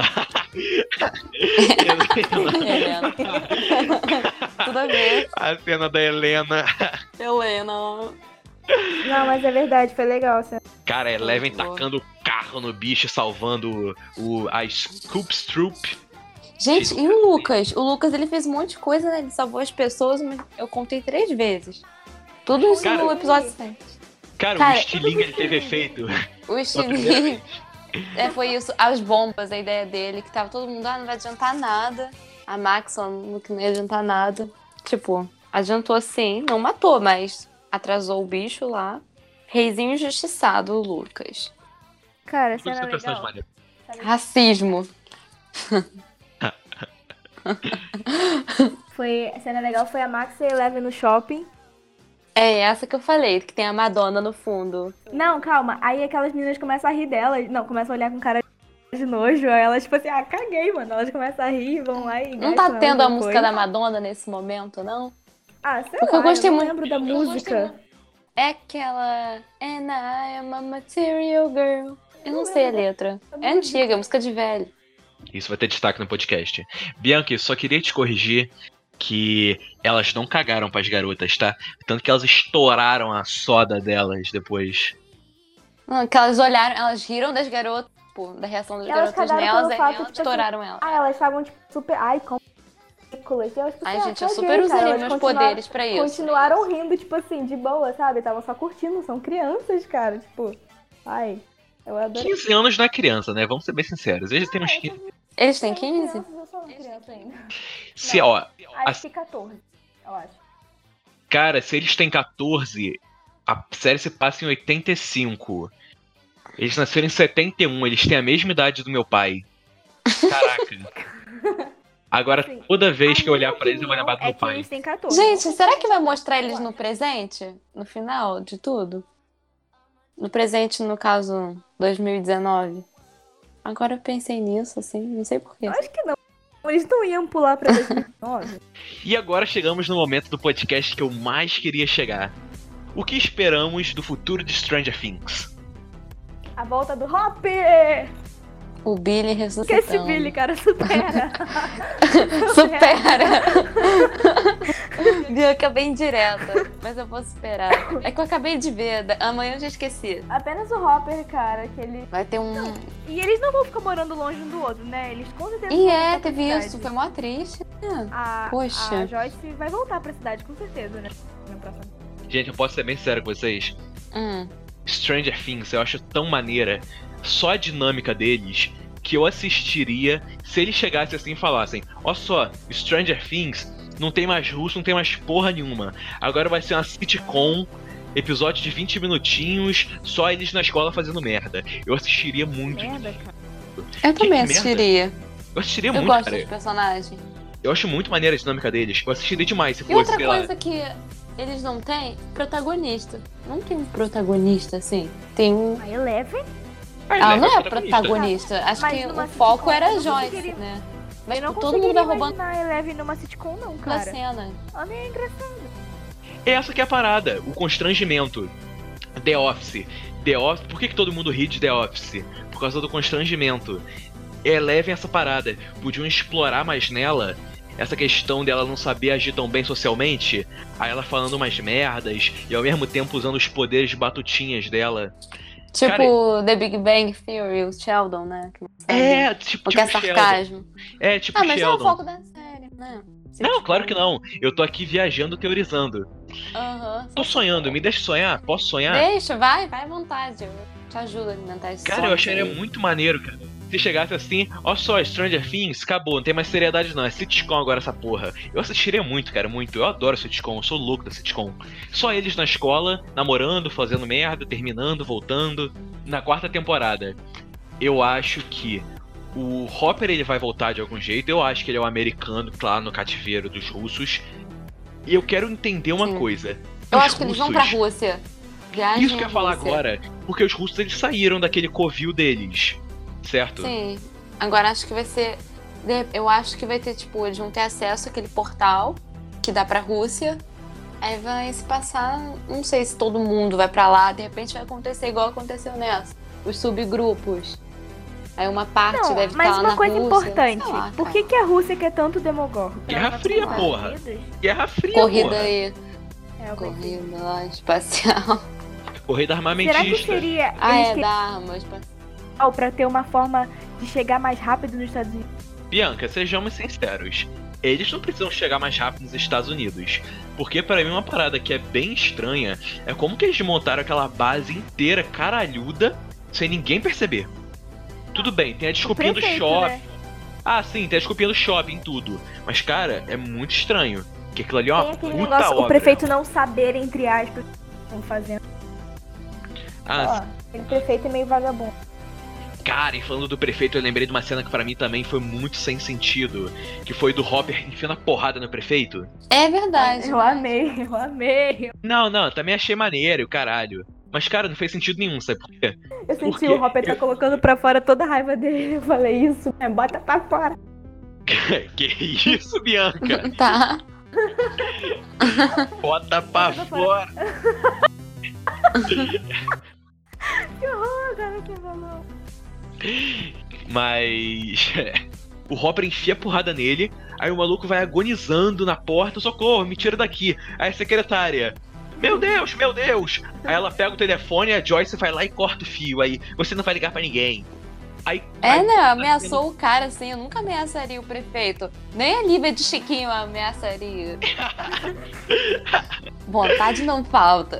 Helena. Tudo a ver.
A cena da Helena.
Helena.
Não, mas é verdade, foi legal. Assim.
Cara, a Eleven
Boa.
tacando o carro no bicho, salvando o, o- a Scoops Troop.
Gente, e o Lucas? O Lucas, ele fez um monte de coisa, né? Ele salvou as pessoas, mas eu contei três vezes. Tudo isso
Cara,
no episódio sete.
Cara,
Cara,
o estilingue ele teve efeito.
O
Pela primeira
estilingue.
vez.
É, foi isso. As bombas, a ideia dele, que tava todo mundo, ah, não vai adiantar nada. A Max falando que não ia adiantar nada. Tipo, adiantou sim, não matou, mas atrasou o bicho lá. Reizinho injustiçado, o Lucas.
Cara,
Tudo
cena
isso é personagem
legal.
maneiro.
Racismo.
Foi, a cena legal foi a Max e a Eleven no shopping.
É essa que eu falei, que tem a Madonna no fundo.
Não, calma. Aí aquelas meninas começam a rir delas. Não, começam a olhar com cara de nojo. Aí elas, tipo assim, ah, caguei, mano. Elas começam a rir, vão lá e.
Não
gastam
tá
elas
tendo a
depois.
música da Madonna nesse momento, não?
Ah, sei
Porque
lá,
eu gostei
não
muito.
lembro da
Eu gostei
música.
muito. É aquela. And I am a material girl. Eu não sei a letra. É antiga, é música de velho.
Isso vai ter destaque no podcast. Bianca, eu só queria te corrigir que elas não cagaram pras garotas, tá? Tanto que elas estouraram a soda delas depois.
Não, que elas olharam, elas riram das garotas, tipo, da reação das
Elas
garotas
cagaram
nelas,
pelo
aí
fato,
elas
tipo assim,
estouraram ela.
Ah, elas estavam, tipo, super. Ai, como ridículas. Eu, tipo,
Ai,
assim,
gente, eu
ah,
super
caguei,
usaria
cara.
meus
Elas
poderes pra isso.
Continuaram rindo, tipo assim, de boa, sabe? Estavam só curtindo, são crianças, cara. Tipo, ai, eu adoro.
quinze anos não é criança, né? Vamos ser bem sinceros. Eles têm uns quinze.
Eles têm quinze?
Eu sou uma criança ainda.
Se,
Não,
ó,
acho que catorze, eu acho.
cara, se eles têm catorze, a série se passa em oitenta e cinco. Eles nasceram em setenta e um, eles têm a mesma idade do meu pai. Caraca. Agora,
Assim,
toda vez
a
que eu olhar
minha
pra eles, eu vou lembrar do
opinião
meu
é que
pai.
eles têm catorze.
Gente, será que vai mostrar eles no presente? No final de tudo? No presente, no caso, dois mil e dezenove? Agora eu pensei nisso, assim, não sei porquê.
Eu acho que não. Eles não iam pular pra dois mil e nove.
E agora chegamos no momento do podcast que eu mais queria chegar. O que esperamos do futuro de Stranger Things?
A volta do Hopper!
O Billy
Que
ressuscitando.
esse Billy, cara, supera.
Supera! Bianca bem direta, mas eu vou superar. É que eu acabei de ver, da- amanhã eu já esqueci.
Apenas o Hopper, cara, que ele...
Vai ter um...
E eles não vão ficar morando longe um do outro, né? Eles com certeza
E
vão
é,
voltar pra
teve
cidade.
isso, foi mó triste.
A,
Poxa.
a Joyce vai voltar pra cidade, com certeza, né? Na próxima.
Gente, eu posso ser bem sério com vocês.
Hum.
Stranger Things eu acho tão maneira, só a dinâmica deles, que eu assistiria se eles chegassem assim e falassem: ó só, Stranger Things não tem mais russo, não tem mais porra nenhuma. Agora vai ser uma sitcom, episódio de vinte minutinhos, só eles na escola fazendo merda. Eu assistiria muito.
Merda, cara.
Eu também
que
assistiria.
Eu assistiria
Eu
muito,
gosto
cara.
dos personagens.
Eu acho muito maneira a dinâmica deles. Eu assistiria demais se
E
fosse,
outra
sei
coisa
lá.
que eles não têm, protagonista. Não tem um protagonista, assim. Tem um...
A Eleven?
Eleven
Ela não é
protagonista.
protagonista. Acho
Mas
que
numa
o foco
sitcom,
era a
eu não
Joyce,
conseguiria-
né? Mas
Eu não
todo mundo vai
conseguiria
roubando
imaginar a Eleven numa sitcom, não,
na
cara.
cena.
Ela nem é engraçada.
Essa que é a parada, o constrangimento. The Office. The Office. Por que, que todo mundo ri de The Office? Por causa do constrangimento. Elevem essa parada. Podiam explorar mais nela essa questão dela não saber agir tão bem socialmente. Aí ela falando umas merdas e ao mesmo tempo usando os poderes batutinhas dela.
Tipo
Cara,
The Big Bang Theory, o Sheldon, né? Que não sabe
É, tipo,
Porque é
tipo Sheldon.
sarcasmo.
É, tipo
Ah, mas não é o
Sheldon.
foco da série, né?
Não, claro que não. Eu tô aqui viajando, teorizando.
Aham.
Tô sonhando, me deixa sonhar? Posso sonhar?
Deixa, vai, vai à vontade. Eu te ajudo a alimentar esse
Cara,
sonho
eu acharia
aí.
muito maneiro, cara. Se chegasse assim, ó só, Stranger Things, acabou, não tem mais seriedade não, é sitcom agora essa porra. Eu assistiria muito, cara, muito. Eu adoro sitcom, eu sou louco da sitcom. Só eles na escola, namorando, fazendo merda, terminando, voltando. Na quarta temporada, eu acho que o Hopper ele vai voltar de algum jeito. Eu acho que ele é o americano, claro, no cativeiro dos russos. E eu quero entender uma
Sim.
coisa.
Eu
Os
acho que eles vão pra
russos-
Rússia. Viagem
Isso que eu ia
à
falar
Rússia.
agora, porque os russos eles saíram daquele covil deles, certo?
Sim. Agora acho que vai ser. de- Eu acho que vai ter, tipo, eles vão ter acesso àquele portal que dá pra Rússia. Aí vai se passar. Não sei se todo mundo vai pra lá. De repente vai acontecer igual aconteceu nessa. Os subgrupos. Aí uma parte
Não,
deve
mas
estar
uma
na
coisa
Rússia.
importante.
Sei lá,
Por
cara.
que, que a Rússia quer tanto Demogorgon?
Guerra
Pra
Fria,
matar
porra.
vidas?
Guerra Fria,
Corrida
porra.
aí.
É, eu pensei.
Corrida lá, espacial.
Corrida armamentista.
Será que seria
Ah,
eles
é,
que-
da arma espacial.
pra ter uma forma de chegar mais rápido nos Estados Unidos?
Bianca, sejamos sinceros. Eles não precisam chegar mais rápido nos Estados Unidos. Porque pra mim uma parada que é bem estranha é como que eles montaram aquela base inteira caralhuda sem ninguém perceber. Tudo bem, tem a desculpinha do
Prefeito,
shopping.
né?
Ah, sim, tem a desculpinha do shopping, tudo. Mas, cara, é muito estranho. Porque aquilo ali é
Tem
uma
aquele
puta
negócio,
obra.
o prefeito não saber, entre aspas, o que estão fazendo.
Ah,
Ó, aquele prefeito é meio vagabundo.
cara, e falando do prefeito, eu lembrei de uma cena que pra mim também foi muito sem sentido. Que foi do Hopper enfiando a porrada no prefeito.
É verdade.
Eu amei, eu amei.
Não, não, também achei maneiro, o caralho. Mas, cara, não fez sentido nenhum, sabe por quê?
Eu senti
Por quê?
o Hopper tá colocando pra fora toda a raiva dele. Eu falei isso, né? Bota pra fora.
Que isso, Bianca?
Tá.
Bota pra
Bota pra
fora.
Que horror, cara, que falou.
Mas... o Hopper enfia a porrada nele, aí o maluco vai agonizando na porta, socorro, me tira daqui. Aí a secretária... Meu Deus, meu Deus! Aí ela pega o telefone e a Joyce vai lá e corta o fio. Aí, você não vai ligar pra ninguém. Aí,
É,
aí-
né? Ameaçou o cara, assim. Eu nunca ameaçaria o prefeito. Nem a Lívia de Chiquinho eu ameaçaria. Vontade não falta.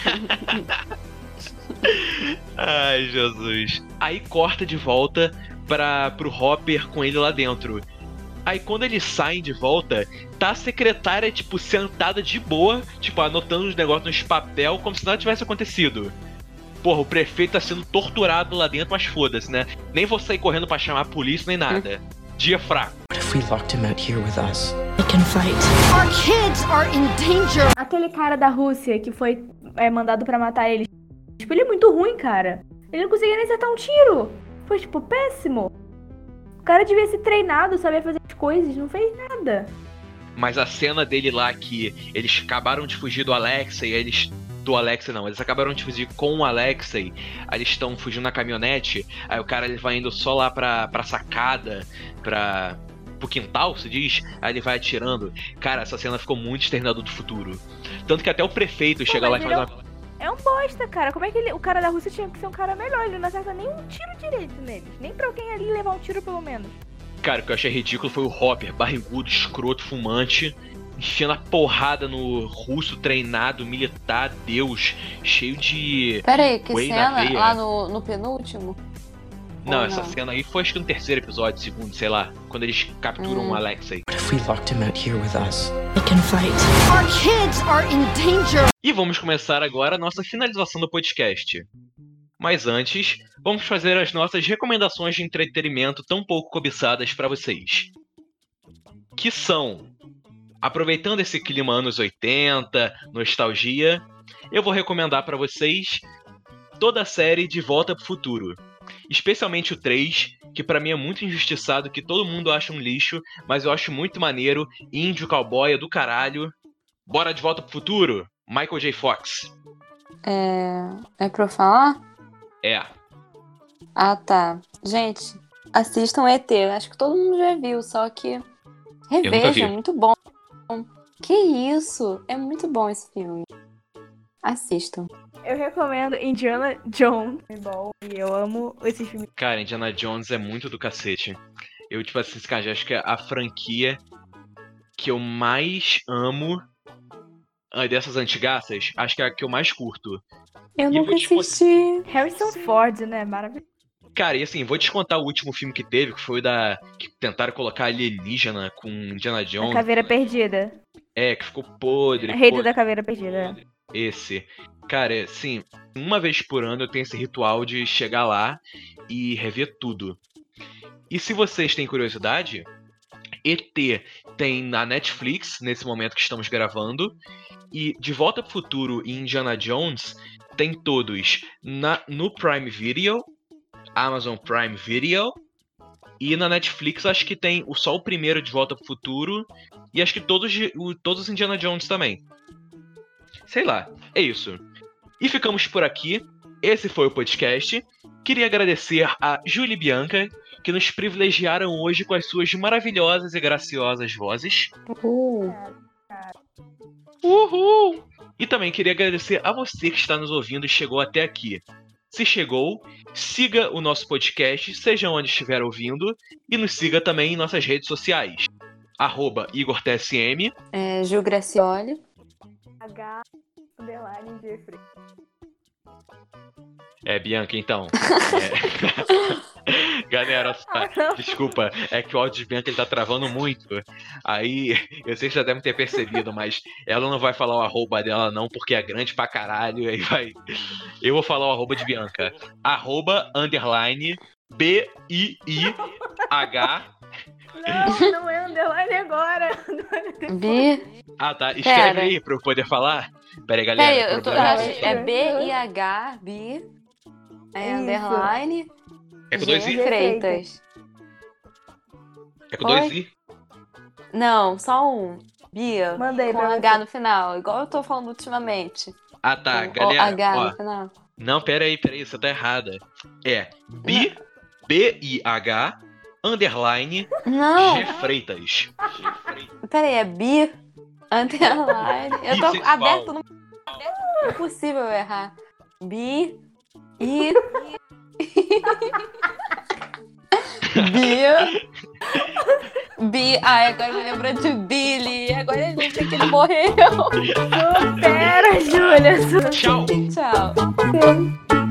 Ai, Jesus. Aí corta de volta pra, pro Hopper com ele lá dentro. Aí quando eles saem de volta, tá a secretária, tipo, sentada de boa, tipo, anotando os negócios nos papel, como se nada tivesse acontecido. Porra, o prefeito tá sendo torturado lá dentro, mas foda-se, né? Nem vou sair correndo pra chamar a polícia nem nada. Dia fraco.
What if we locked him out here with us?
I can fight.
Our kids are in danger.
Aquele cara da Rússia que foi é, mandado pra matar ele. Tipo, ele é muito ruim, cara. Ele não conseguia nem acertar um tiro. Foi, tipo, péssimo. O cara devia ser treinado, saber fazer as coisas, não fez nada.
Mas a cena dele lá que eles acabaram de fugir do Alexei, eles. Do Alexei não, eles acabaram de fugir com o Alexei, aí eles estão fugindo na caminhonete, aí o cara ele vai indo só lá pra, pra sacada, pra. Pro quintal, se diz, aí ele vai atirando. Cara, essa cena ficou muito Exterminador do Futuro. Tanto que até o prefeito
Pô,
chega lá e
mas
faz
ele
uma.
É um bosta, cara. Como é que ele, o cara da Rússia tinha que ser um cara melhor? Ele não acerta nem um tiro direito neles. Nem pra alguém ali levar um tiro, pelo menos.
Cara, o que eu achei ridículo foi o Hopper, barrigudo, escroto, fumante, enfiando a porrada no russo treinado, militar, Deus, cheio de.
Pera aí, que
whey na
cena?
veia.
Lá no, no penúltimo?
Não,
Ou
essa
não?
cena aí foi acho que no terceiro episódio, segundo, sei lá, quando eles capturam
Hum.
o Alexei.
What if we locked him out here with us?
I can fight.
Our kids are in danger.
E vamos começar agora a nossa finalização do podcast. Mas antes, vamos fazer as nossas recomendações de entretenimento tão pouco cobiçadas para vocês. Que são, aproveitando esse clima anos oitenta, nostalgia, eu vou recomendar para vocês toda a série De Volta pro Futuro. Especialmente o três, que pra mim é muito injustiçado, que todo mundo acha um lixo, mas eu acho muito maneiro, índio, cowboy, é do caralho. Bora De Volta pro Futuro? Michael J. Fox.
É. É pra eu falar?
É.
Ah, tá. Gente, assistam E T. Acho que todo mundo já viu, só que.
nunca vi.
Reveja, é muito bom. Que isso? É muito bom esse filme. Assistam.
Eu recomendo Indiana Jones. É bom. E eu amo esse filme.
Cara, Indiana Jones é muito do cacete. Eu, tipo assim, cara, já acho que é a franquia que eu mais amo ah, dessas antigaças, acho que é a que eu mais curto.
Eu
E eu
nunca
vou te
assisti.
Harrison Ford, né? Maravilhoso.
Cara, e assim, vou descontar o último filme que teve, que foi o da. Que tentaram colocar alienígena com Indiana
A
Jones.
Caveira Perdida.
É, que ficou podre.
Rei
podre.
da Caveira Perdida.
Esse. Cara, assim, uma vez por ano eu tenho esse ritual de chegar lá e rever tudo. E se vocês têm curiosidade, E T tem na Netflix, nesse momento que estamos gravando, e De Volta pro Futuro e Indiana Jones tem todos na, no Prime Video, Amazon Prime Video, e na Netflix acho que tem o- só o primeiro De Volta pro Futuro, e acho que todos, de- o- todos os Indiana Jones também. Sei lá, é isso. E ficamos por aqui. Esse foi o podcast. Queria agradecer a Júlia e Bianca, que nos privilegiaram hoje com as suas maravilhosas e graciosas vozes.
Uh,
Uhul! E também queria agradecer a você que está nos ouvindo e chegou até aqui. Se chegou, siga o nosso podcast, seja onde estiver ouvindo, e nos siga também em nossas redes sociais. Arroba Igor T S M.
é, Gil Gracioli.
H. Underline Jeffrey.
É, Bianca, então. É... Galera, tá, desculpa, é que o áudio de Bianca ele tá travando muito. Aí, eu sei que já devem ter percebido, mas ela não vai falar o arroba dela não, porque é grande pra caralho. Aí vai. Eu vou falar o arroba de Bianca. Arroba, underline, B I I H.
Não, não é underline agora.
B.
Ah, tá. Escreve
Pera.
aí pra eu poder falar. Pera aí, galera.
Peraí, eu tô. eu
problema-
acho- é B I H, B. É
Isso.
underline.
É com dois I?
G Freitas.
É com dois
Oi?
I?
Não, só um. Bia.
Mandei
com
pra
H
você.
no final, igual eu tô falando ultimamente.
Ah, tá.
Com
Galera,
H
ó.
no final.
Não, pera aí, pera aí, você tá errada. É B, B I H, underline,
Não,
G Freitas.
peraí, é bi, underline. Eu tô
Bissexual.
aberto no. É impossível eu errar. Bi, I. Bia. Bi, ai, agora me lembrou de Billy. Agora eu lembro que ele morreu.
Supera, Júlia.
Tchau.
Tchau.